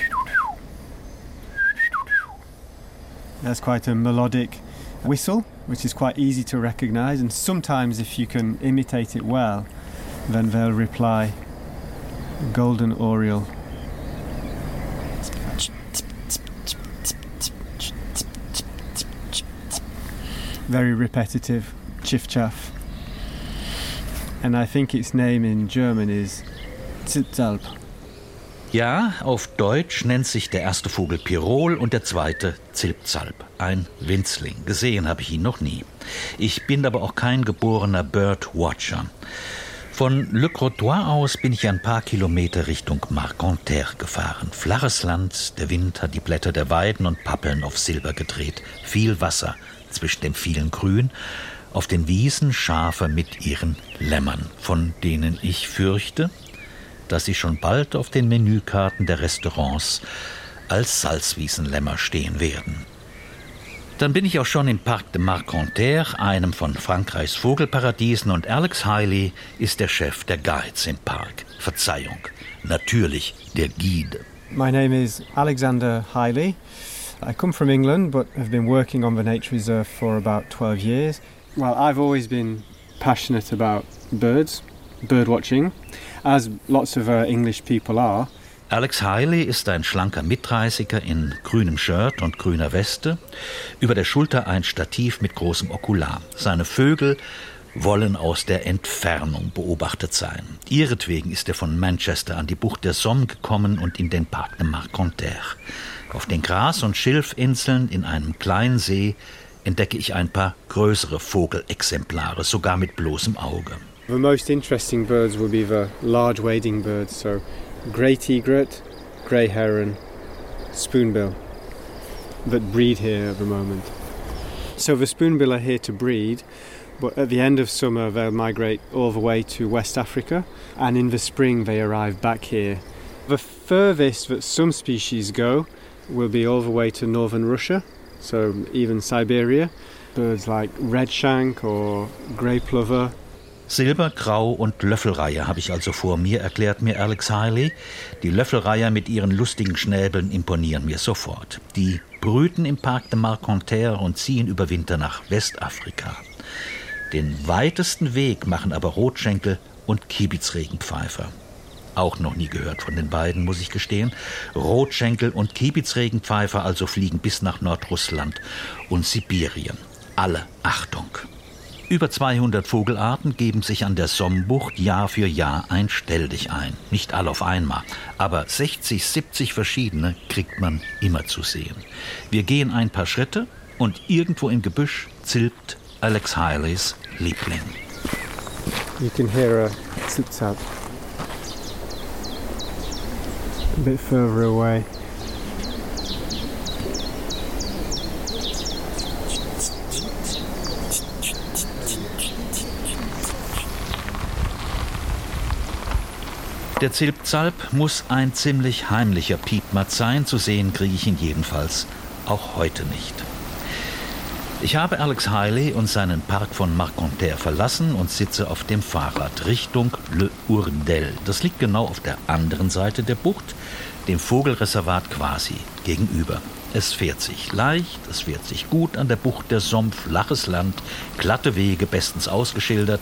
There's quite a melodic whistle, which is quite easy to recognize, and sometimes if you can imitate it well, then they'll reply, golden oriole. Very repetitive, chiff-chaff. And I think its name in German is Zilpzalp. Ja, auf Deutsch nennt sich der erste Vogel Pirol und der zweite Zilpzalp. Ein Winzling. Gesehen habe ich ihn noch nie. Ich bin aber auch kein geborener Birdwatcher. Von Le Crotoy aus bin ich ein paar Kilometer Richtung Marcanterre gefahren. Flaches Land, der Wind hat die Blätter der Weiden und Pappeln auf Silber gedreht. Viel Wasser zwischen dem vielen Grün. Auf den Wiesen Schafe mit ihren Lämmern, von denen ich fürchte, dass sie schon bald auf den Menükarten der Restaurants als Salzwiesenlämmer stehen werden. Dann bin ich auch schon im Parc de Marcanterre, einem von Frankreichs Vogelparadiesen, und Alex Hiley ist der Chef der Guides im Park. Verzeihung, natürlich der Guide. My name is Alexander Hiley. I come from England, but have been working on the nature reserve for about 12 years. Well, I've always been passionate about birds, bird watching, as lots of English people are. Alex Hiley ist ein schlanker Mitreißiger in grünem Shirt und grüner Weste, über der Schulter ein Stativ mit großem Okular. Seine Vögel wollen aus der Entfernung beobachtet sein. Ihretwegen ist er von Manchester an die Bucht der Somme gekommen und in den Parc de Marcanterre. Auf den Gras- und Schilfinseln in einem kleinen See entdecke ich ein paar größere Vogelexemplare, sogar mit bloßem Auge. The most interesting birds will be the large wading birds, so great egret, grey heron, spoonbill, that breed here at the moment. So the spoonbill are here to breed, but at the end of summer they'll migrate all the way to West Africa, and in the spring they arrive back here. The furthest that some species go will be all the way to northern Russia, so even Siberia. Birds like redshank or grey plover. Silber, Grau und Löffelreiher habe ich also vor mir, erklärt mir Alex Hiley. Die Löffelreiher mit ihren lustigen Schnäbeln imponieren mir sofort. Die brüten im Parc de Marcanterre und ziehen über Winter nach Westafrika. Den weitesten Weg machen aber Rotschenkel und Kiebitz-Regenpfeifer. Auch noch nie gehört von den beiden, muss ich gestehen. Rotschenkel und Kiebitz-Regenpfeifer also fliegen bis nach Nordrussland und Sibirien. Alle Achtung! Über 200 Vogelarten geben sich an der Sommebucht Jahr für Jahr ein Stelldich ein. Nicht alle auf einmal, aber 60, 70 verschiedene kriegt man immer zu sehen. Wir gehen ein paar Schritte und irgendwo im Gebüsch zilpt Alex Hileys Liebling. You can hear a zip-zap a bit further away. Der Zilpzalp muss ein ziemlich heimlicher Piepmatz sein, zu sehen kriege ich ihn jedenfalls auch heute nicht. Ich habe Alex Hiley und seinen Park von Marcanterre verlassen und sitze auf dem Fahrrad Richtung Le Ourdel. Das liegt genau auf der anderen Seite der Bucht, dem Vogelreservat quasi gegenüber. Es fährt sich leicht, es fährt sich gut an der Bucht der Somme, flaches Land, glatte Wege, bestens ausgeschildert.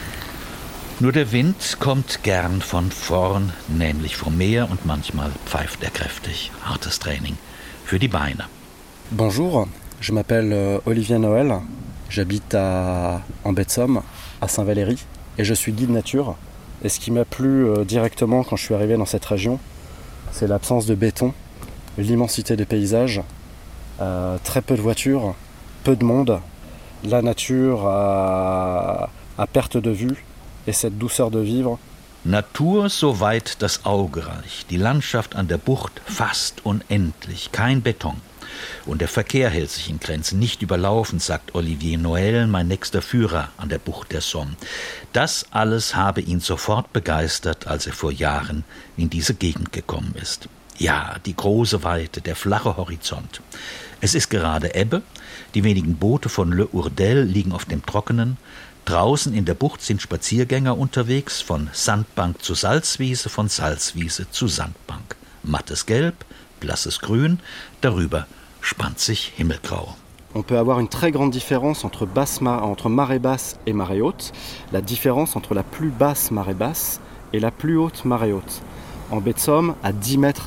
Nur der Wind kommt gern von vorn, nämlich vom Meer, und manchmal pfeift er kräftig. Hartes Training für die Beine. Bonjour, je m'appelle Olivier Noël. J'habite en baie de Somme, à Saint-Valéry, et je suis guide nature. Et ce qui m'a plu directement quand je suis arrivé dans cette région, c'est l'absence de béton, l'immensité des paysages, très peu de voitures, peu de monde, la nature à perte de vue et cette douceur de vivre. Natur, soweit das Auge reicht. Die Landschaft an der Bucht fast unendlich, kein Beton. Und der Verkehr hält sich in Grenzen, nicht überlaufen, sagt Olivier Noël, mein nächster Führer an der Bucht der Somme. Das alles habe ihn sofort begeistert, als er vor Jahren in diese Gegend gekommen ist. Ja, die große Weite, der flache Horizont. Es ist gerade Ebbe, die wenigen Boote von Le Ourdel liegen auf dem Trockenen. Draußen in der Bucht sind Spaziergänger unterwegs, von Sandbank zu Salzwiese, von Salzwiese zu Sandbank. Mattes Gelb, blasses Grün, darüber spannt sich Himmelgrau. On peut avoir une très grande différence entre marée basse et marée haute. La différence entre la plus basse marée basse et la plus haute marée haute. En baie de Somme à 10,50 Meter.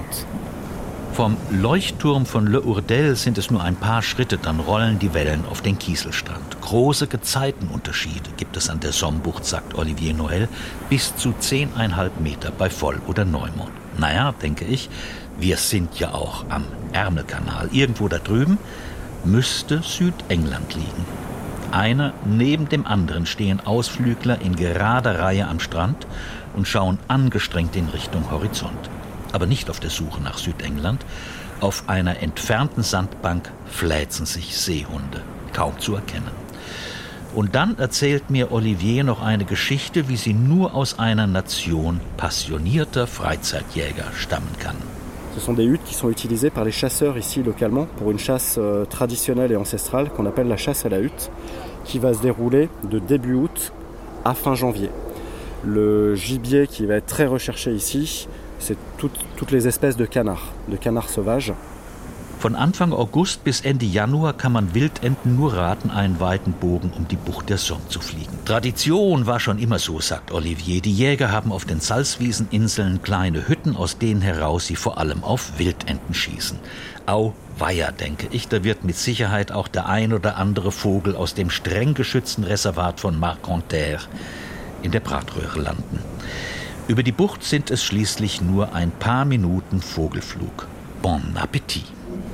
Vom Leuchtturm von Le Ourdel sind es nur ein paar Schritte, dann rollen die Wellen auf den Kieselstrand. Große Gezeitenunterschiede gibt es an der Sommebucht, sagt Olivier Noël, bis zu 10,5 Meter bei Voll- oder Neumond. Naja, denke ich, wir sind ja auch am Ärmelkanal. Irgendwo da drüben müsste Südengland liegen. Einer neben dem anderen stehen Ausflügler in gerader Reihe am Strand und schauen angestrengt in Richtung Horizont. Aber nicht auf der Suche nach Südengland. Auf einer entfernten Sandbank fläzen sich Seehunde, kaum zu erkennen. Und dann erzählt mir Olivier noch eine Geschichte, wie sie nur aus einer Nation passionierter Freizeitjäger stammen kann. Ce sont des huttes qui sont utilisées par les chasseurs ici localement pour une chasse traditionnelle et ancestrale qu'on appelle la chasse à la hutte, qui va se dérouler de début août à fin janvier. Le gibier qui va être très recherché ici, c'est toutes les espèces de canards sauvages. Von Anfang August bis Ende Januar kann man Wildenten nur raten, einen weiten Bogen um die Bucht der Somme zu fliegen. Tradition war schon immer so, sagt Olivier. Die Jäger haben auf den Salzwieseninseln kleine Hütten, aus denen heraus sie vor allem auf Wildenten schießen. Auweia, denke ich, da wird mit Sicherheit auch der ein oder andere Vogel aus dem streng geschützten Reservat von Marcanterre in der Bratröhre landen. Über die Bucht sind es schließlich nur ein paar Minuten Vogelflug. Bon Appetit!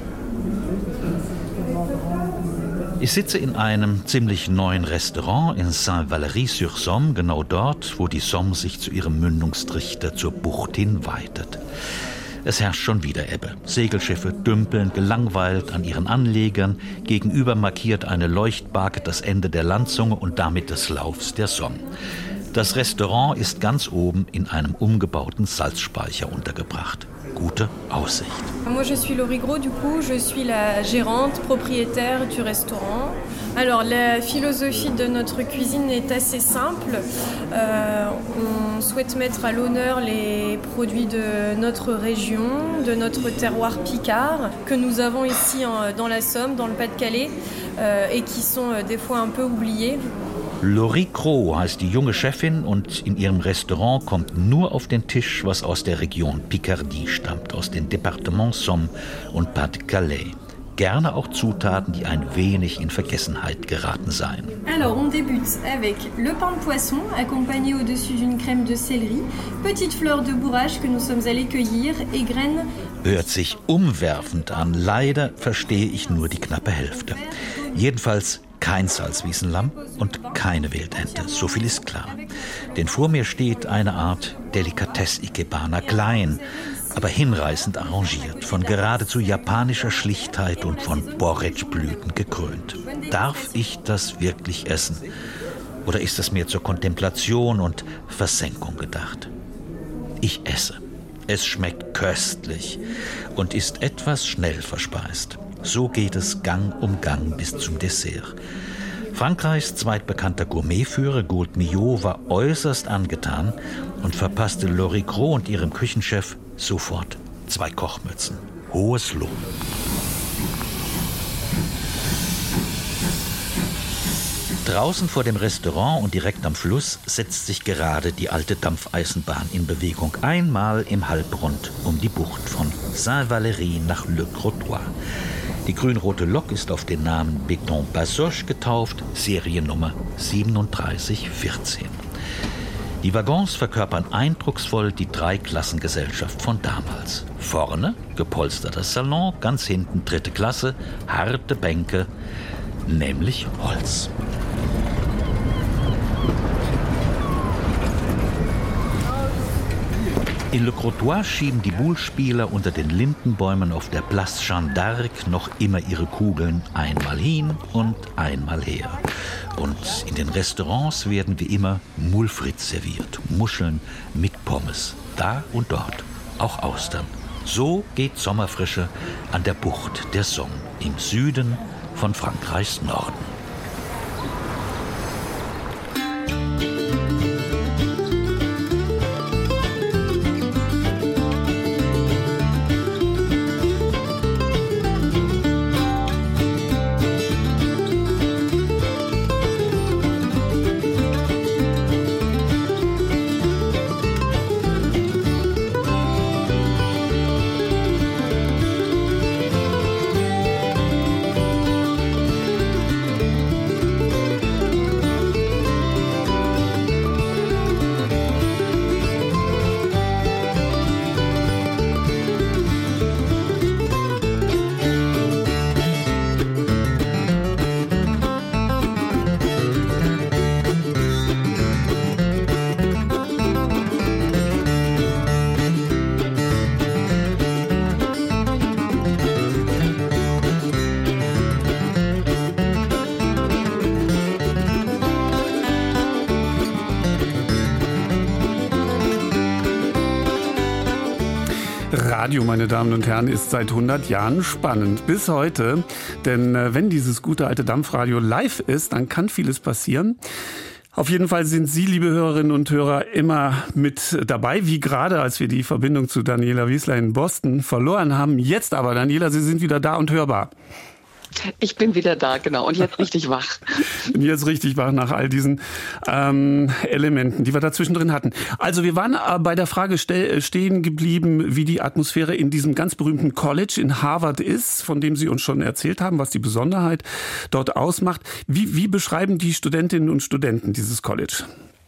Ich sitze in einem ziemlich neuen Restaurant in Saint-Valery-sur-Somme, genau dort, wo die Somme sich zu ihrem Mündungstrichter zur Bucht hin weitet. Es herrscht schon wieder Ebbe. Segelschiffe dümpeln gelangweilt an ihren Anlegern. Gegenüber markiert eine Leuchtbarke das Ende der Landzunge und damit des Laufs der Somme. Das Restaurant ist ganz oben in einem umgebauten Salzspeicher untergebracht. Gute Aussicht. Moi je suis Laurie Gros, du coup je suis la gérante propriétaire du restaurant. Alors la philosophie de notre cuisine est assez simple. On souhaite mettre à l'honneur les produits de notre région, de notre terroir picard, que nous avons ici dans la Somme, dans le Pas-de-Calais, et qui sont des fois un peu oubliés. Laurie Gros heißt die junge Chefin und in ihrem Restaurant kommt nur auf den Tisch, was aus der Region Picardie stammt, aus den Departements Somme und Pas-de-Calais. Gerne auch Zutaten, die ein wenig in Vergessenheit geraten seien. Alors on débute avec le pain de poisson accompagné au-dessus d'une crème de céleri, petites fleurs de bourrache que nous sommes allés cueillir et graines. Hört sich umwerfend an. Leider verstehe ich nur die knappe Hälfte. Jedenfalls kein Salzwiesenlamm und keine Wildente, so viel ist klar. Denn vor mir steht eine Art Delikatesse-Ikebana, klein, aber hinreißend arrangiert, von geradezu japanischer Schlichtheit und von Borretschblüten gekrönt. Darf ich das wirklich essen? Oder ist es mir zur Kontemplation und Versenkung gedacht? Ich esse. Es schmeckt köstlich und ist etwas schnell verspeist. So geht es Gang um Gang bis zum Dessert. Frankreichs zweitbekannter Gourmetführer Gault Millau war äußerst angetan und verpasste Laurie Gros und ihrem Küchenchef sofort 2 Kochmützen. Hohes Lob. Draußen vor dem Restaurant und direkt am Fluss setzt sich gerade die alte Dampfeisenbahn in Bewegung. Einmal im Halbrund um die Bucht von Saint-Valery nach Le Crotoy. Die grün-rote Lok ist auf den Namen Béton Bazoche getauft, Seriennummer 3714. Die Waggons verkörpern eindrucksvoll die Dreiklassengesellschaft von damals. Vorne gepolsterter Salon, ganz hinten 3. Klasse, harte Bänke, nämlich Holz. In Le Crotoy schieben die Boule-Spieler unter den Lindenbäumen auf der Place Jeanne d'Arc noch immer ihre Kugeln einmal hin und einmal her. Und in den Restaurants werden wie immer Moule frites serviert, Muscheln mit Pommes, da und dort auch Austern. So geht Sommerfrische an der Bucht der Somme im Süden von Frankreichs Norden. Radio, meine Damen und Herren, ist seit 100 Jahren spannend. Bis heute. Denn wenn dieses gute alte Dampfradio live ist, dann kann vieles passieren. Auf jeden Fall sind Sie, liebe Hörerinnen und Hörer, immer mit dabei, wie gerade, als wir die Verbindung zu Daniela Wiesler in Boston verloren haben. Jetzt aber, Daniela, Sie sind wieder da und hörbar. Ich bin wieder da, genau. Und jetzt richtig wach. Jetzt richtig wach nach all diesen Elementen, die wir dazwischen drin hatten. Also wir waren bei der Frage stehen geblieben, wie die Atmosphäre in diesem ganz berühmten College in Harvard ist, von dem Sie uns schon erzählt haben, was die Besonderheit dort ausmacht. Wie beschreiben die Studentinnen und Studenten dieses College?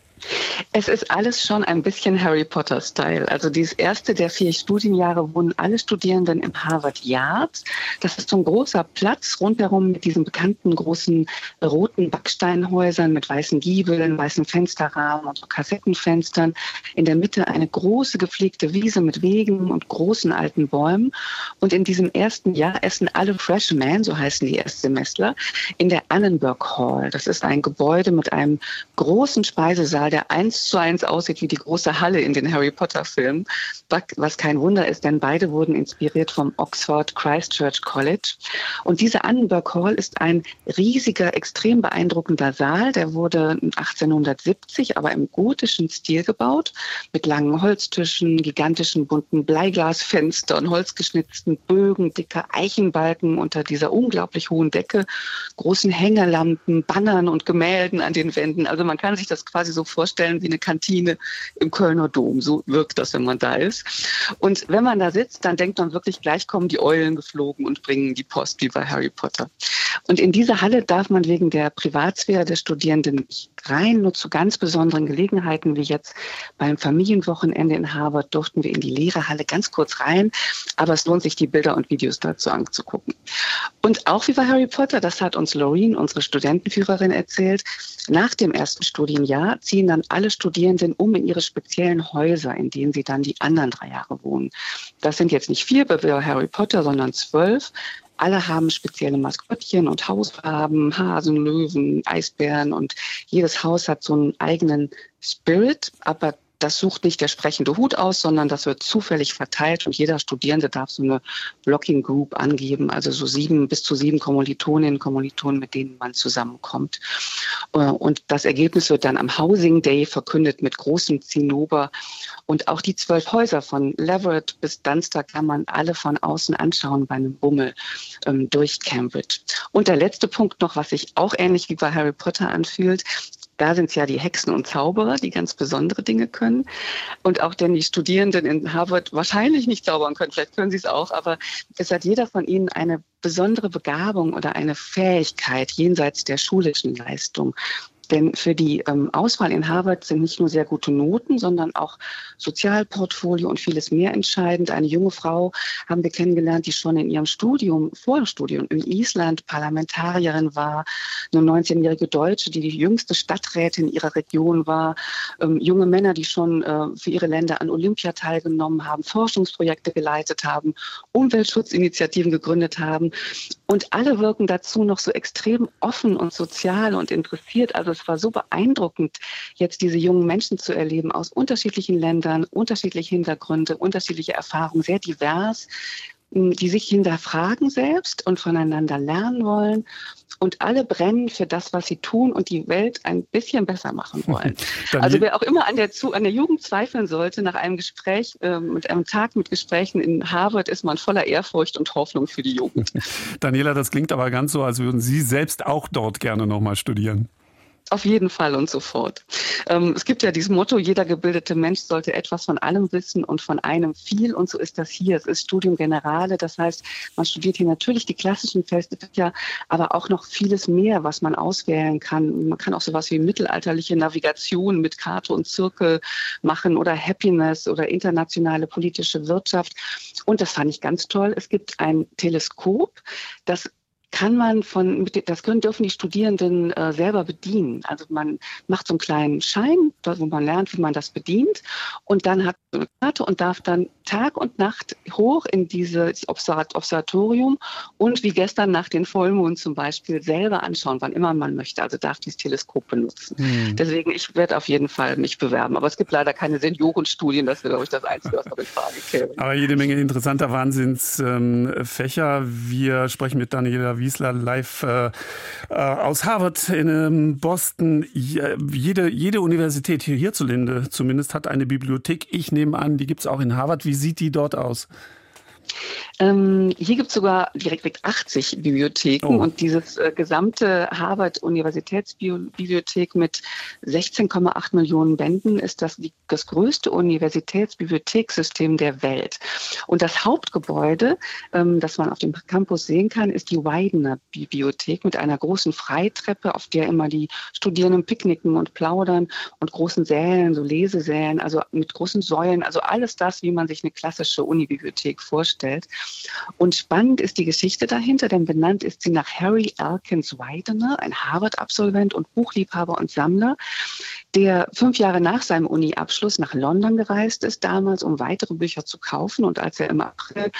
Es ist alles schon ein bisschen Harry Potter-Style. Also dieses erste der 4 Studienjahre wohnen alle Studierenden im Harvard Yard. Das ist so ein großer Platz rundherum mit diesen bekannten großen roten Backsteinhäusern mit weißen Giebeln, weißen Fensterrahmen und so Kassettenfenstern. In der Mitte eine große gepflegte Wiese mit Wegen und großen alten Bäumen. Und in diesem ersten Jahr essen alle Freshmen, so heißen die Erstsemestler, in der Annenberg Hall. Das ist ein Gebäude mit einem großen Speisesaal, der 1:1 aussieht wie die große Halle in den Harry Potter-Filmen, was kein Wunder ist, denn beide wurden inspiriert vom Oxford Christchurch College. Und diese Annenberg Hall ist ein riesiger, extrem beeindruckender Saal, der wurde 1870, aber im gotischen Stil gebaut, mit langen Holztischen, gigantischen bunten Bleiglasfenstern, holzgeschnitzten Bögen, dicker Eichenbalken unter dieser unglaublich hohen Decke, großen Hängerlampen, Bannern und Gemälden an den Wänden. Also man kann sich das quasi so vorstellen wie eine Kantine im Kölner Dom. So wirkt das, wenn man da ist. Und wenn man da sitzt, dann denkt man wirklich, gleich kommen die Eulen geflogen und bringen die Post wie bei Harry Potter. Und in diese Halle darf man wegen der Privatsphäre der Studierenden nicht rein. Nur zu ganz besonderen Gelegenheiten, wie jetzt beim Familienwochenende in Harvard, durften wir in die leere Halle ganz kurz rein. Aber es lohnt sich, die Bilder und Videos dazu anzugucken. Und auch wie bei Harry Potter, das hat uns Loreen, unsere Studentenführerin, erzählt, nach dem ersten Studienjahr ziehen dann alle Studierenden um in ihre speziellen Häuser, in denen sie dann die anderen 3 Jahre wohnen. Das sind jetzt nicht 4 bei Harry Potter, sondern 12. Alle haben spezielle Maskottchen und Hausfarben, Hasen, Löwen, Eisbären und jedes Haus hat so einen eigenen Spirit, aber Das sucht nicht der sprechende Hut aus, sondern das wird zufällig verteilt und jeder Studierende darf so eine Blocking Group angeben, also so bis zu 7 Kommilitoninnen und Kommilitonen, mit denen man zusammenkommt. Und das Ergebnis wird dann am Housing Day verkündet mit großem Zinnober. Und auch die 12 Häuser von Leverett bis Dunster kann man alle von außen anschauen bei einem Bummel durch Cambridge. Und der letzte Punkt noch, was sich auch ähnlich wie bei Harry Potter anfühlt. Da sind es ja die Hexen und Zauberer, die ganz besondere Dinge können. Und auch denn die Studierenden in Harvard wahrscheinlich nicht zaubern können, vielleicht können sie es auch, aber es hat jeder von ihnen eine besondere Begabung oder eine Fähigkeit jenseits der schulischen Leistung. Denn für die Auswahl in Harvard sind nicht nur sehr gute Noten, sondern auch Sozialportfolio und vieles mehr entscheidend. Eine junge Frau haben wir kennengelernt, die schon in ihrem Studium, vor dem Studium in Island Parlamentarierin war. Eine 19-jährige Deutsche, die jüngste Stadträtin ihrer Region war. Junge Männer, die schon für ihre Länder an Olympia teilgenommen haben, Forschungsprojekte geleitet haben, Umweltschutzinitiativen gegründet haben. Und alle wirken dazu noch so extrem offen und sozial und interessiert. Also es war so beeindruckend, jetzt diese jungen Menschen zu erleben aus unterschiedlichen Ländern, unterschiedliche Hintergründe, unterschiedliche Erfahrungen, sehr divers, die sich hinterfragen selbst und voneinander lernen wollen. Und alle brennen für das, was sie tun und die Welt ein bisschen besser machen wollen. Also wer auch immer an der Jugend zweifeln sollte, nach einem Gespräch, mit einem Tag mit Gesprächen in Harvard, ist man voller Ehrfurcht und Hoffnung für die Jugend. Daniela, das klingt aber ganz so, als würden Sie selbst auch dort gerne nochmal studieren. Auf jeden Fall und sofort. Es gibt ja dieses Motto, jeder gebildete Mensch sollte etwas von allem wissen und von einem viel. Und so ist das hier. Es ist Studium Generale. Das heißt, man studiert hier natürlich die klassischen Fächer, aber auch noch vieles mehr, was man auswählen kann. Man kann auch sowas wie mittelalterliche Navigation mit Karte und Zirkel machen oder Happiness oder internationale politische Wirtschaft. Und das fand ich ganz toll. Es gibt ein Teleskop, das dürfen die Studierenden selber bedienen. Also man macht so einen kleinen Schein, wo man lernt, wie man das bedient. Und dann hat man eine Karte und darf dann Tag und Nacht hoch in dieses Observatorium und wie gestern Nacht den Vollmond zum Beispiel selber anschauen, wann immer man möchte. Also darf dieses Teleskop benutzen. Deswegen, ich werde auf jeden Fall mich bewerben. Aber es gibt leider keine Seniorenstudien. Das wäre, glaube ich, das Einzige, was noch in Frage käme. Aber jede Menge interessanter Wahnsinnsfächer. Wir sprechen mit Daniela Wiesler live aus Harvard in Boston. Jede Universität hierzulande zumindest hat eine Bibliothek. Ich nehme an, die gibt es auch in Harvard. Wie sieht die dort aus? Hier gibt es sogar direkt 80 Bibliotheken und dieses gesamte Harvard-Universitätsbibliothek mit 16,8 Millionen Bänden ist das größte Universitätsbibliothekssystem der Welt. Und das Hauptgebäude, das man auf dem Campus sehen kann, ist die Widener-Bibliothek mit einer großen Freitreppe, auf der immer die Studierenden picknicken und plaudern und großen Sälen, so Lesesälen, also mit großen Säulen, also alles das, wie man sich eine klassische Unibibliothek vorstellt. Und spannend ist die Geschichte dahinter, denn benannt ist sie nach Harry Elkins Widener, ein Harvard-Absolvent und Buchliebhaber und Sammler, der 5 Jahre nach seinem Uni-Abschluss nach London gereist ist, damals, um weitere Bücher zu kaufen. Und als er im April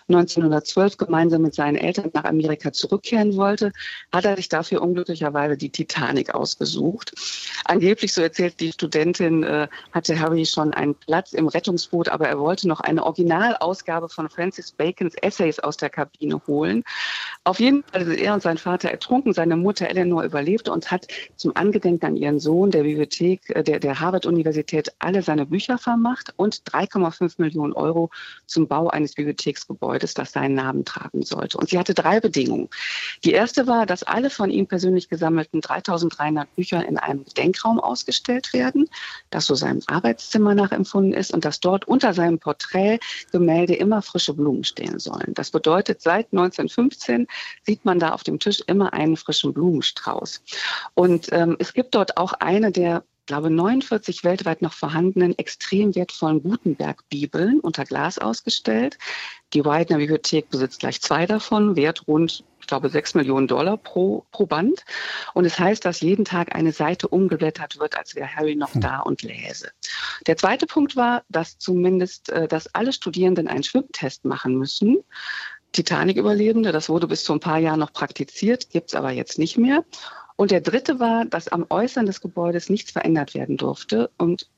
1912 gemeinsam mit seinen Eltern nach Amerika zurückkehren wollte, hat er sich dafür unglücklicherweise die Titanic ausgesucht. Angeblich, so erzählt die Studentin, hatte Harry schon einen Platz im Rettungsboot, aber er wollte noch eine Originalausgabe von Francis Bacons Essays aus der Kabine holen. Auf jeden Fall sind er und sein Vater ertrunken. Seine Mutter Eleanor überlebte und hat zum Angedenken an ihren Sohn der Bibliothek der Harvard-Universität alle seine Bücher vermacht und 3,5 Millionen Euro zum Bau eines Bibliotheksgebäudes, das seinen Namen tragen sollte. Und sie hatte 3 Bedingungen. Die erste war, dass alle von ihm persönlich gesammelten 3.300 Bücher in einem Gedenkraum ausgestellt werden, das so seinem Arbeitszimmer nachempfunden ist und dass dort unter seinem Porträtgemälde immer frische Blumen stehen sollen. Das bedeutet, seit 1915 sieht man da auf dem Tisch immer einen frischen Blumenstrauß. Und es gibt dort auch eine der, glaube 49 weltweit noch vorhandenen extrem wertvollen Gutenberg-Bibeln unter Glas ausgestellt. Die Widener Bibliothek besitzt gleich 2 davon, wert rund, ich glaube, $6 Millionen pro Band. Und es heißt, dass jeden Tag eine Seite umgeblättert wird, als wäre Harry noch da und läse. Der zweite Punkt war, dass dass alle Studierenden einen Schwimmtest machen müssen. Titanic-Überlebende, das wurde bis vor ein paar Jahren noch praktiziert, gibt es aber jetzt nicht mehr. Und der dritte war, dass am Äußeren des Gebäudes nichts verändert werden durfte. Und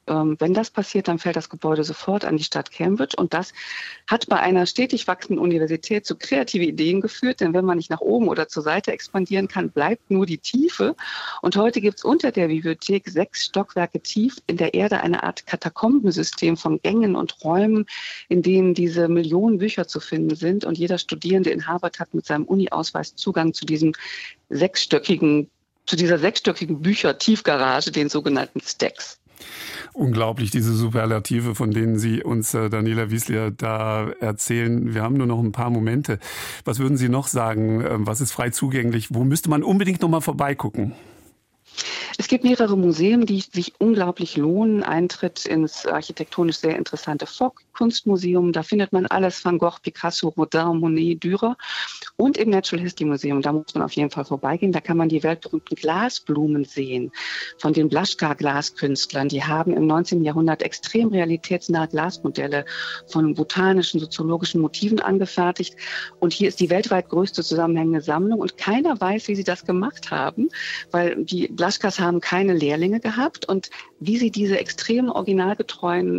wenn das passiert, dann fällt das Gebäude sofort an die Stadt Cambridge. Und das hat bei einer stetig wachsenden Universität zu kreativen Ideen geführt. Denn wenn man nicht nach oben oder zur Seite expandieren kann, bleibt nur die Tiefe. Und heute gibt es unter der Bibliothek 6 Stockwerke tief in der Erde eine Art Katakombensystem von Gängen und Räumen, in denen diese Millionen Bücher zu finden sind. Und jeder Studierende in Harvard hat mit seinem Uni-Ausweis Zugang zu dieser sechsstöckigen Bücher-Tiefgarage, den sogenannten Stacks. Unglaublich, diese Superlative, von denen Sie uns, Daniela Wiesler, da erzählen. Wir haben nur noch ein paar Momente. Was würden Sie noch sagen? Was ist frei zugänglich? Wo müsste man unbedingt noch mal vorbeigucken? Es gibt mehrere Museen, die sich unglaublich lohnen. Eintritt ins architektonisch sehr interessante Fock-Kunstmuseum. Da findet man alles: Van Gogh, Picasso, Rodin, Monet, Dürer. Und im Natural History Museum, da muss man auf jeden Fall vorbeigehen. Da kann man die weltberühmten Glasblumen sehen von den Blaschka-Glaskünstlern. Die haben im 19. Jahrhundert extrem realitätsnahe Glasmodelle von botanischen, soziologischen Motiven angefertigt. Und hier ist die weltweit größte zusammenhängende Sammlung. Und keiner weiß, wie sie das gemacht haben, weil die Blaschkas haben keine Lehrlinge gehabt. Und wie sie diese extrem originalgetreuen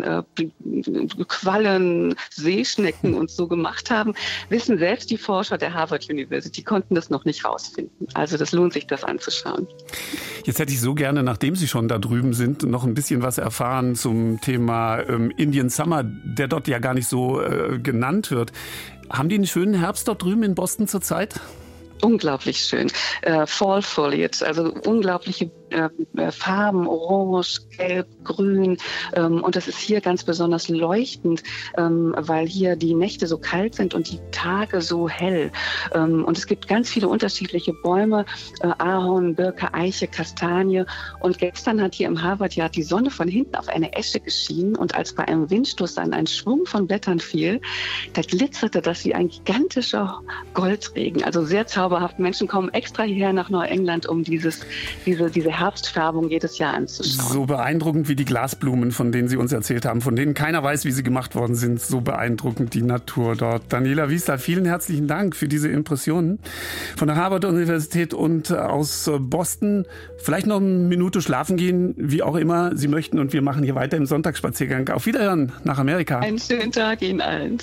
Quallen, Seeschnecken und so gemacht haben, wissen selbst die Forscher der Harvard University, konnten das noch nicht rausfinden. Also das lohnt sich, das anzuschauen. Jetzt hätte ich so gerne, nachdem Sie schon da drüben sind, noch ein bisschen was erfahren zum Thema Indian Summer, der dort ja gar nicht so genannt wird. Haben die einen schönen Herbst dort drüben in Boston zurzeit? Unglaublich schön. Fall Foliage, also unglaubliche Farben, orange, gelb, grün. Und das ist hier ganz besonders leuchtend, weil hier die Nächte so kalt sind und die Tage so hell. Und es gibt ganz viele unterschiedliche Bäume, Ahorn, Birke, Eiche, Kastanie. Und gestern hat hier im Harvard-Yard die Sonne von hinten auf eine Esche geschienen. Und als bei einem Windstoß dann ein Schwung von Blättern fiel, da glitzerte das wie ein gigantischer Goldregen. Also sehr zauberhaft. Menschen kommen extra hierher nach Neuengland, um diese Herbstfärbung jedes Jahr anzuschauen. So beeindruckend wie die Glasblumen, von denen Sie uns erzählt haben, von denen keiner weiß, wie sie gemacht worden sind. So beeindruckend die Natur dort. Daniela Wiesler, vielen herzlichen Dank für diese Impressionen von der Harvard-Universität und aus Boston. Vielleicht noch eine Minute schlafen gehen, wie auch immer Sie möchten. Und wir machen hier weiter im Sonntagsspaziergang. Auf Wiederhören nach Amerika. Einen schönen Tag Ihnen allen.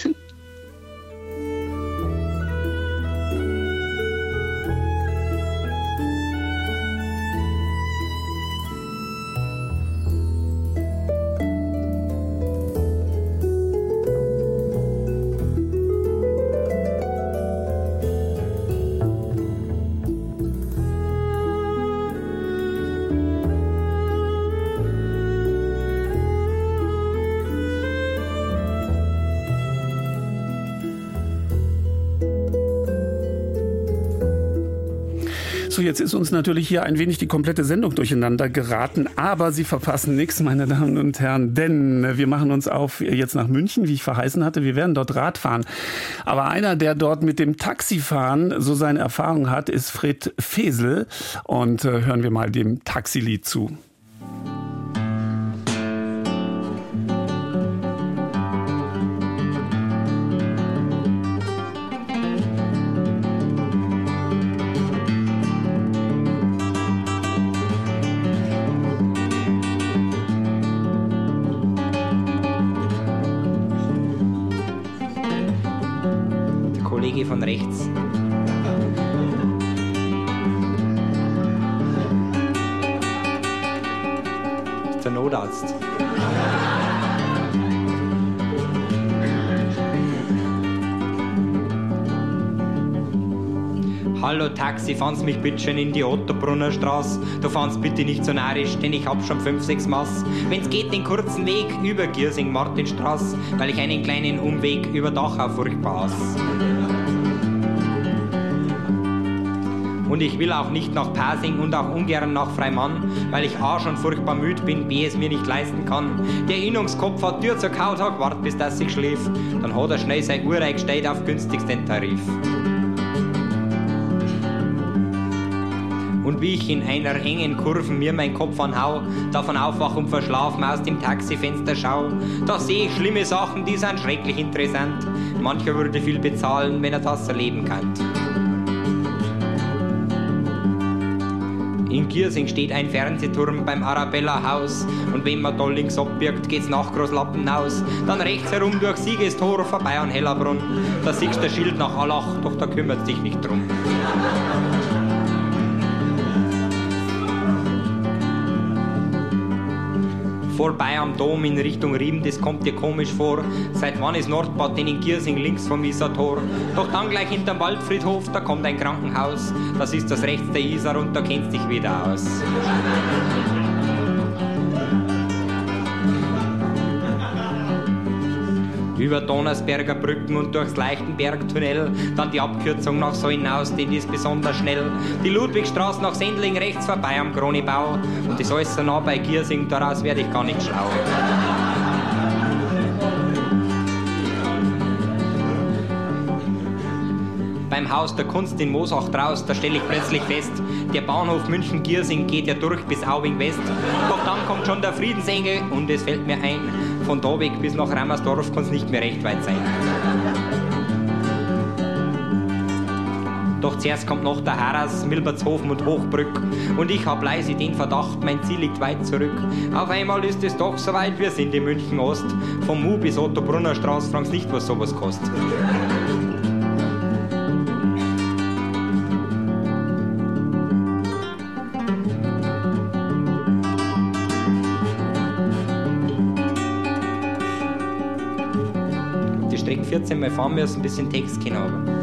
So, jetzt ist uns natürlich hier ein wenig die komplette Sendung durcheinander geraten, aber Sie verpassen nichts, meine Damen und Herren, denn wir machen uns auf jetzt nach München, wie ich verheißen hatte. Wir werden dort Rad fahren. Aber einer, der dort mit dem Taxifahren so seine Erfahrung hat, ist Fred Fesel. Und hören wir mal dem Taxilied zu. Von rechts. Das ist der Notarzt. Hallo Taxi, fahren Sie mich bitte schön in die Ottobrunner Straße. Du fahrst bitte nicht so narrisch, denn ich hab schon 5-6 Maß. Wenn's geht, den kurzen Weg über Giersing-Martinstraße, weil ich einen kleinen Umweg über Dachau furchtbar hasse. Und ich will auch nicht nach Pasing und auch ungern nach Freimann, weil ich A schon furchtbar müde bin, B es mir nicht leisten kann. Der Innungskopf hat Tür zur Kautag, wart bis das sich schläft, dann hat er schnell sein Uhr eingestellt auf günstigsten Tarif. Und wie ich in einer engen Kurve mir meinen Kopf anhau, davon aufwach und verschlafen aus dem Taxifenster schau, da sehe ich schlimme Sachen, die sind schrecklich interessant. Mancher würde viel bezahlen, wenn er das erleben kann. In Giersing steht ein Fernsehturm beim Arabella-Haus. Und wenn man da links abbiegt, geht's nach Großlappenhaus. Dann rechts herum durch Siegestor vorbei an Hellerbrunn. Da siehst du der Schild nach Allach, doch da kümmert sich nicht drum. Vorbei am Dom in Richtung Riem, das kommt dir komisch vor. Seit wann ist Nordbad denn in Giersing links vom Isartor? Doch dann gleich hinterm Waldfriedhof, da kommt ein Krankenhaus. Das ist das rechts der Isar und da kennst dich wieder aus. Über Donnersberger Brücken und durchs Leichtenbergtunnel, dann die Abkürzung nach so hinaus, denn die ist besonders schnell. Die Ludwigstraße nach Sendling rechts vorbei am Kronibau und das alles so nah bei Giersing, daraus werde ich gar nicht schlau. Beim Haus der Kunst in Moosach draus, da stelle ich plötzlich fest, der Bahnhof München-Giersing geht ja durch bis Aubing West. Doch dann kommt schon der Friedensengel und es fällt mir ein, von da weg bis nach Rammersdorf kann's nicht mehr recht weit sein. Doch zuerst kommt noch der Harras, Milbertshofen und Hochbrück. Und ich hab leise den Verdacht, mein Ziel liegt weit zurück. Auf einmal ist es doch soweit, wir sind in München Ost. Vom Mu bis Otto-Brunner Straße, fragst nicht, was sowas kostet. Die Strecke 14 Mal fahren müssen, bis in Text kennen aber.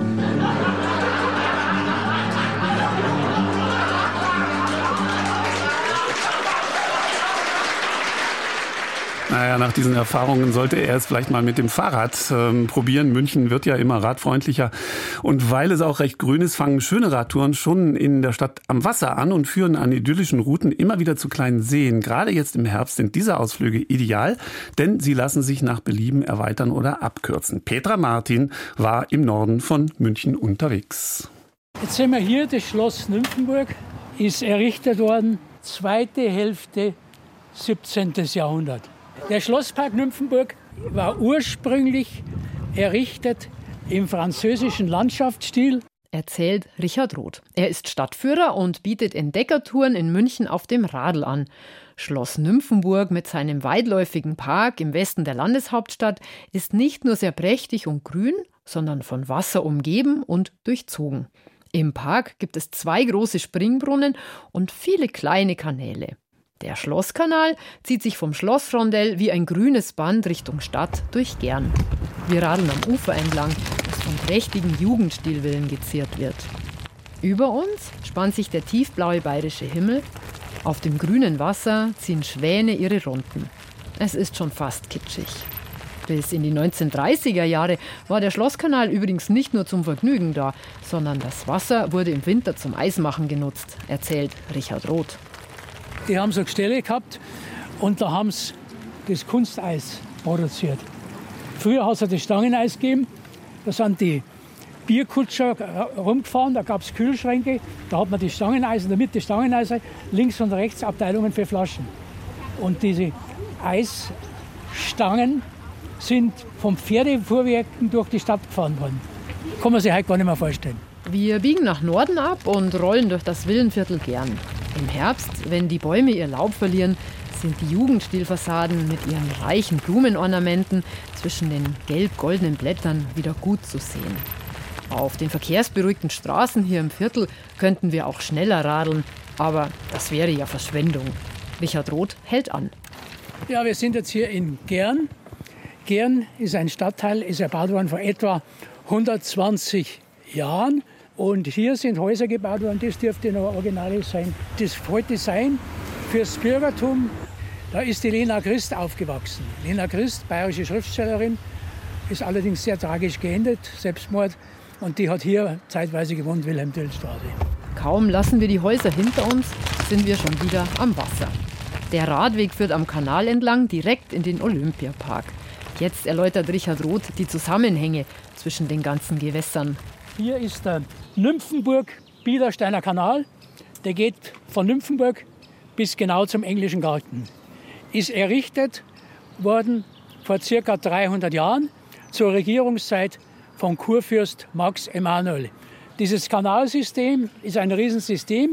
Naja, nach diesen Erfahrungen sollte er es vielleicht mal mit dem Fahrrad probieren. München wird ja immer radfreundlicher. Und weil es auch recht grün ist, fangen schöne Radtouren schon in der Stadt am Wasser an und führen an idyllischen Routen immer wieder zu kleinen Seen. Gerade jetzt im Herbst sind diese Ausflüge ideal, denn sie lassen sich nach Belieben erweitern oder abkürzen. Petra Martin war im Norden von München unterwegs. Jetzt sind wir hier, das Schloss Nymphenburg ist errichtet worden, zweite Hälfte 17. Jahrhundert. Der Schlosspark Nymphenburg war ursprünglich errichtet im französischen Landschaftsstil. Erzählt Richard Roth. Er ist Stadtführer und bietet Entdeckertouren in München auf dem Radl an. Schloss Nymphenburg mit seinem weitläufigen Park im Westen der Landeshauptstadt ist nicht nur sehr prächtig und grün, sondern von Wasser umgeben und durchzogen. Im Park gibt es 2 große Springbrunnen und viele kleine Kanäle. Der Schlosskanal zieht sich vom Schlossrondell wie ein grünes Band Richtung Stadt durch Gern. Wir radeln am Ufer entlang, das von prächtigen Jugendstilvillen geziert wird. Über uns spannt sich der tiefblaue bayerische Himmel. Auf dem grünen Wasser ziehen Schwäne ihre Runden. Es ist schon fast kitschig. Bis in die 1930er Jahre war der Schlosskanal übrigens nicht nur zum Vergnügen da, sondern das Wasser wurde im Winter zum Eismachen genutzt, erzählt Richard Roth. Die haben so Gestelle gehabt und da haben sie das Kunsteis produziert. Früher hat es das Stangeneis gegeben, da sind die Bierkutscher rumgefahren, da gab es Kühlschränke, da hat man die Stangeneis, in der Mitte Stangeneis, links und rechts Abteilungen für Flaschen. Und diese Eisstangen sind vom Pferdefuhrwerken durch die Stadt gefahren worden. Kann man sich heute gar nicht mehr vorstellen. Wir biegen nach Norden ab und rollen durch das Villenviertel Gern. Im Herbst, wenn die Bäume ihr Laub verlieren, sind die Jugendstilfassaden mit ihren reichen Blumenornamenten zwischen den gelb-goldenen Blättern wieder gut zu sehen. Auf den verkehrsberuhigten Straßen hier im Viertel könnten wir auch schneller radeln, aber das wäre ja Verschwendung. Richard Roth hält an. Ja, wir sind jetzt hier in Gern. Gern ist ein Stadtteil, ist erbaut worden vor etwa 120 Jahren. Und hier sind Häuser gebaut worden, das dürfte noch Originale sein. Das wollte sein fürs Bürgertum. Da ist die Lena Christ aufgewachsen. Lena Christ, bayerische Schriftstellerin, ist allerdings sehr tragisch geendet, Selbstmord. Und die hat hier zeitweise gewohnt, Wilhelm-Tell-Straße. Kaum lassen wir die Häuser hinter uns, sind wir schon wieder am Wasser. Der Radweg führt am Kanal entlang direkt in den Olympiapark. Jetzt erläutert Richard Roth die Zusammenhänge zwischen den ganzen Gewässern. Hier ist der Nymphenburg-Biedersteiner Kanal. Der geht von Nymphenburg bis genau zum Englischen Garten. Ist errichtet worden vor ca. 300 Jahren zur Regierungszeit von Kurfürst Max Emanuel. Dieses Kanalsystem ist ein Riesensystem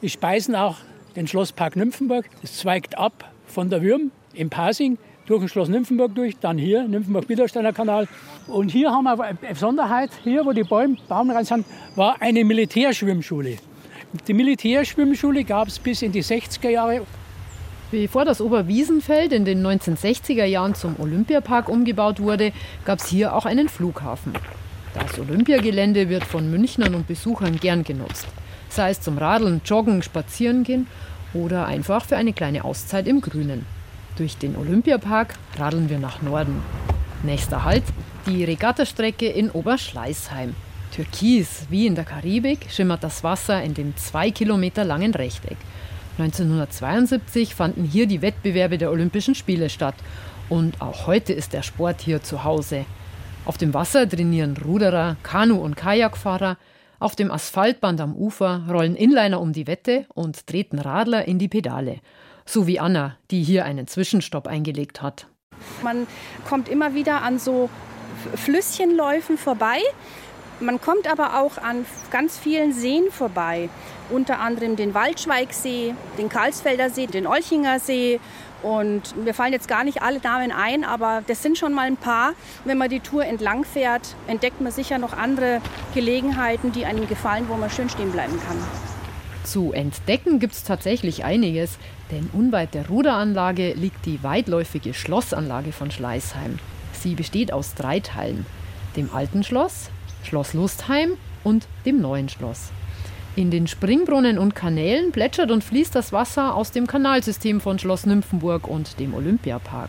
Die speisen auch den Schlosspark Nymphenburg. Das zweigt ab von der Würm im Pasing durch den Schloss Nymphenburg durch, dann hier, Nymphenburg-Biedersteiner Kanal. Und hier haben wir eine Besonderheit, hier wo die Baumreihen sind, war eine Militärschwimmschule. Die Militärschwimmschule gab es bis in die 60er Jahre. Bevor das Oberwiesenfeld in den 1960er Jahren zum Olympiapark umgebaut wurde, gab es hier auch einen Flughafen. Das Olympiagelände wird von Münchnern und Besuchern gern genutzt. Sei es zum Radeln, Joggen, Spazieren gehen oder einfach für eine kleine Auszeit im Grünen. Durch den Olympiapark radeln wir nach Norden. Nächster Halt, die Regattastrecke in Oberschleißheim. Türkis, wie in der Karibik, schimmert das Wasser in dem 2 Kilometer langen Rechteck. 1972 fanden hier die Wettbewerbe der Olympischen Spiele statt. Und auch heute ist der Sport hier zu Hause. Auf dem Wasser trainieren Ruderer, Kanu- und Kajakfahrer. Auf dem Asphaltband am Ufer rollen Inliner um die Wette und treten Radler in die Pedale. So wie Anna, die hier einen Zwischenstopp eingelegt hat. Man kommt immer wieder an so Flüsschenläufen vorbei. Man kommt aber auch an ganz vielen Seen vorbei. Unter anderem den Waldschweigsee, den Karlsfelder See, den Olchinger See. Und mir fallen jetzt gar nicht alle Namen ein, aber das sind schon mal ein paar. Wenn man die Tour entlang fährt, entdeckt man sicher noch andere Gelegenheiten, die einem gefallen, wo man schön stehen bleiben kann. Zu entdecken gibt es tatsächlich einiges, denn unweit der Ruderanlage liegt die weitläufige Schlossanlage von Schleißheim. Sie besteht aus 3 Teilen: dem alten Schloss, Schloss Lustheim und dem neuen Schloss. In den Springbrunnen und Kanälen plätschert und fließt das Wasser aus dem Kanalsystem von Schloss Nymphenburg und dem Olympiapark.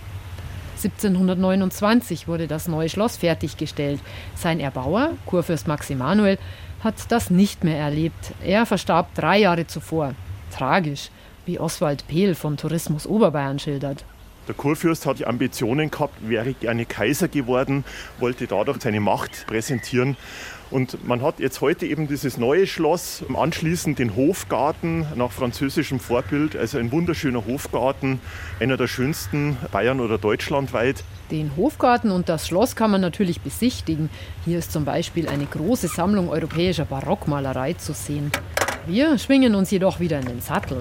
1729 wurde das neue Schloss fertiggestellt. Sein Erbauer, Kurfürst Max Emanuel, hat das nicht mehr erlebt. Er verstarb 3 Jahre zuvor. Tragisch, wie Oswald Pehl von Tourismus Oberbayern schildert. Der Kurfürst hat Ambitionen gehabt, wäre gerne Kaiser geworden, wollte dadurch seine Macht präsentieren. Und man hat jetzt heute eben dieses neue Schloss, anschließend den Hofgarten nach französischem Vorbild, also ein wunderschöner Hofgarten, einer der schönsten Bayern oder deutschlandweit. Den Hofgarten und das Schloss kann man natürlich besichtigen. Hier ist zum Beispiel eine große Sammlung europäischer Barockmalerei zu sehen. Wir schwingen uns jedoch wieder in den Sattel.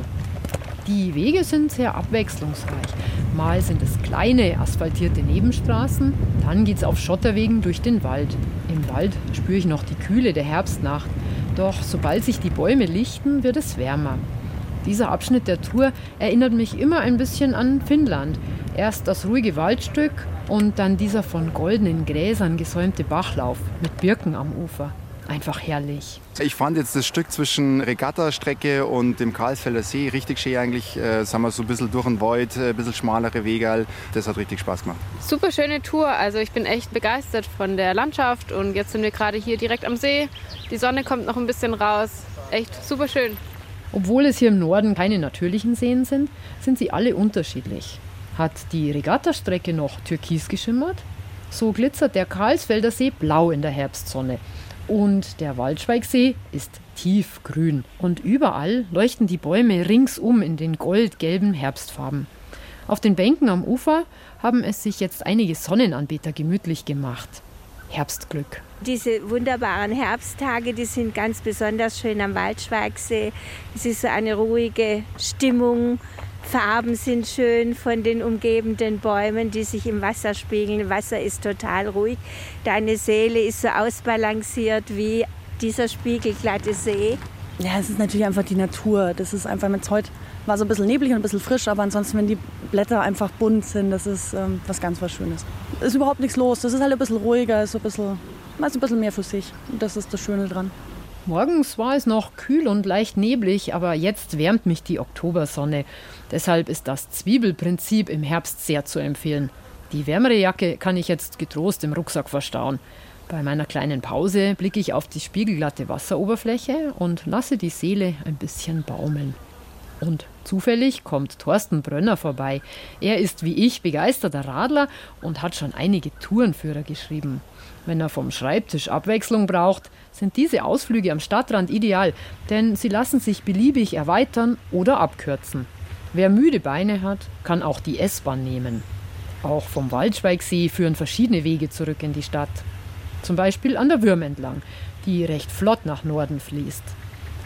Die Wege sind sehr abwechslungsreich. Mal sind es kleine, asphaltierte Nebenstraßen, dann geht's auf Schotterwegen durch den Wald. Im Wald spüre ich noch die Kühle der Herbstnacht. Doch sobald sich die Bäume lichten, wird es wärmer. Dieser Abschnitt der Tour erinnert mich immer ein bisschen an Finnland. Erst das ruhige Waldstück und dann dieser von goldenen Gräsern gesäumte Bachlauf mit Birken am Ufer. Einfach herrlich. Ich fand jetzt das Stück zwischen Regattastrecke und dem Karlsfelder See richtig schön eigentlich. Sind wir so ein bisschen durch den Wald, ein bisschen schmalere Wege. Das hat richtig Spaß gemacht. Super schöne Tour. Also ich bin echt begeistert von der Landschaft. Und jetzt sind wir gerade hier direkt am See. Die Sonne kommt noch ein bisschen raus. Echt super schön. Obwohl es hier im Norden keine natürlichen Seen sind, sind sie alle unterschiedlich. Hat die Regattastrecke noch türkis geschimmert? So glitzert der Karlsfelder See blau in der Herbstsonne. Und der Waldschweigsee ist tiefgrün. Und überall leuchten die Bäume ringsum in den goldgelben Herbstfarben. Auf den Bänken am Ufer haben es sich jetzt einige Sonnenanbeter gemütlich gemacht. Herbstglück. Diese wunderbaren Herbsttage, die sind ganz besonders schön am Waldschweigsee. Es ist so eine ruhige Stimmung. Farben sind schön von den umgebenden Bäumen, die sich im Wasser spiegeln. Wasser ist total ruhig. Deine Seele ist so ausbalanciert wie dieser spiegelglatte See. Ja, es ist natürlich einfach die Natur. Das ist einfach, heute war so ein bisschen neblig und ein bisschen frisch, aber ansonsten, wenn die Blätter einfach bunt sind, das ist was Schönes. Es ist überhaupt nichts los. Das ist halt ein bisschen ruhiger, ist ein bisschen mehr für sich. Und das ist das Schöne dran. Morgens war es noch kühl und leicht neblig, aber jetzt wärmt mich die Oktobersonne. Deshalb ist das Zwiebelprinzip im Herbst sehr zu empfehlen. Die wärmere Jacke kann ich jetzt getrost im Rucksack verstauen. Bei meiner kleinen Pause blicke ich auf die spiegelglatte Wasseroberfläche und lasse die Seele ein bisschen baumeln. Und zufällig kommt Thorsten Brönner vorbei. Er ist wie ich begeisterter Radler und hat schon einige Tourenführer geschrieben. Wenn er vom Schreibtisch Abwechslung braucht, sind diese Ausflüge am Stadtrand ideal, denn sie lassen sich beliebig erweitern oder abkürzen. Wer müde Beine hat, kann auch die S-Bahn nehmen. Auch vom Waldschweigsee führen verschiedene Wege zurück in die Stadt. Zum Beispiel an der Würm entlang, die recht flott nach Norden fließt.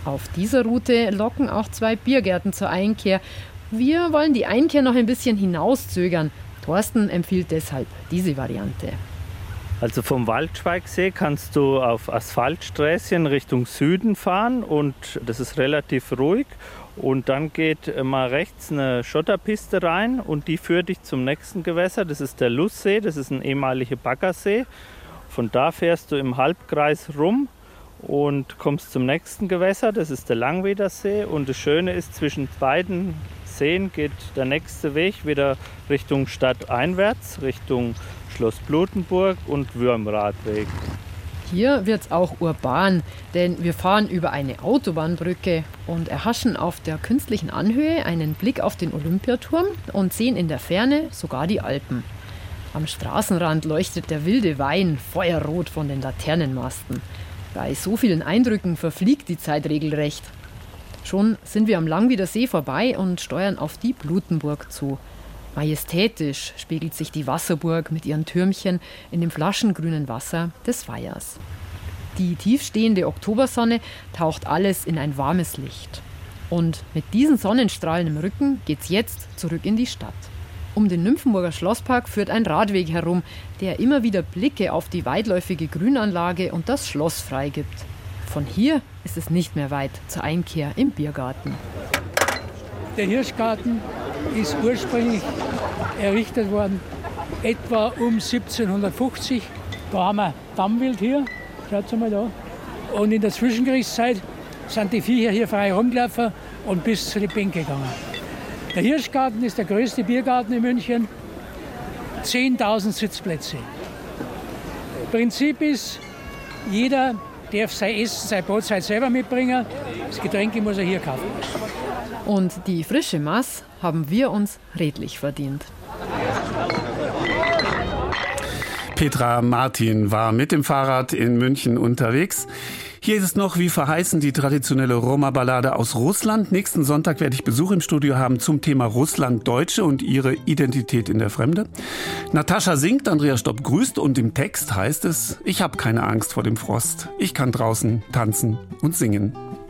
Auf dieser Route locken auch 2 Biergärten zur Einkehr. Wir wollen die Einkehr noch ein bisschen hinauszögern. Thorsten empfiehlt deshalb diese Variante. Also vom Waldschweigsee kannst du auf Asphaltsträßchen Richtung Süden fahren und das ist relativ ruhig. Und dann geht mal rechts eine Schotterpiste rein und die führt dich zum nächsten Gewässer. Das ist der Lussee, das ist ein ehemaliger Baggersee. Von da fährst du im Halbkreis rum und kommst zum nächsten Gewässer, das ist der Langwedersee. Und das Schöne ist, zwischen beiden Seen geht der nächste Weg wieder Richtung Stadt einwärts, Richtung Schloss Blutenburg und Würmradweg. Hier wird's auch urban, denn wir fahren über eine Autobahnbrücke und erhaschen auf der künstlichen Anhöhe einen Blick auf den Olympiaturm und sehen in der Ferne sogar die Alpen. Am Straßenrand leuchtet der wilde Wein feuerrot von den Laternenmasten. Bei so vielen Eindrücken verfliegt die Zeit regelrecht. Schon sind wir am Langwiedersee vorbei und steuern auf die Blutenburg zu. Majestätisch spiegelt sich die Wasserburg mit ihren Türmchen in dem flaschengrünen Wasser des Weihers. Die tiefstehende Oktobersonne taucht alles in ein warmes Licht. Und mit diesen Sonnenstrahlen im Rücken geht's jetzt zurück in die Stadt. Um den Nymphenburger Schlosspark führt ein Radweg herum, der immer wieder Blicke auf die weitläufige Grünanlage und das Schloss freigibt. Von hier ist es nicht mehr weit zur Einkehr im Biergarten. Der Hirschgarten ist ursprünglich errichtet worden, etwa um 1750. Da haben wir Dammwild hier, schaut mal da. Und in der Zwischenkriegszeit sind die Viecher hier frei rumgelaufen und bis zu den Bänken gegangen. Der Hirschgarten ist der größte Biergarten in München, 10.000 Sitzplätze. Prinzip ist, jeder darf sein Essen, sein Brotzeit selber mitbringen, das Getränk muss er hier kaufen. Und die frische Maß haben wir uns redlich verdient. Petra Martin war mit dem Fahrrad in München unterwegs. Hier ist es noch, wie verheißen, die traditionelle Roma-Ballade aus Russland. Nächsten Sonntag werde ich Besuch im Studio haben zum Thema Russlanddeutsche und ihre Identität in der Fremde. Natascha singt, Andrea Stopp grüßt und im Text heißt es: Ich habe keine Angst vor dem Frost. Ich kann draußen tanzen und singen.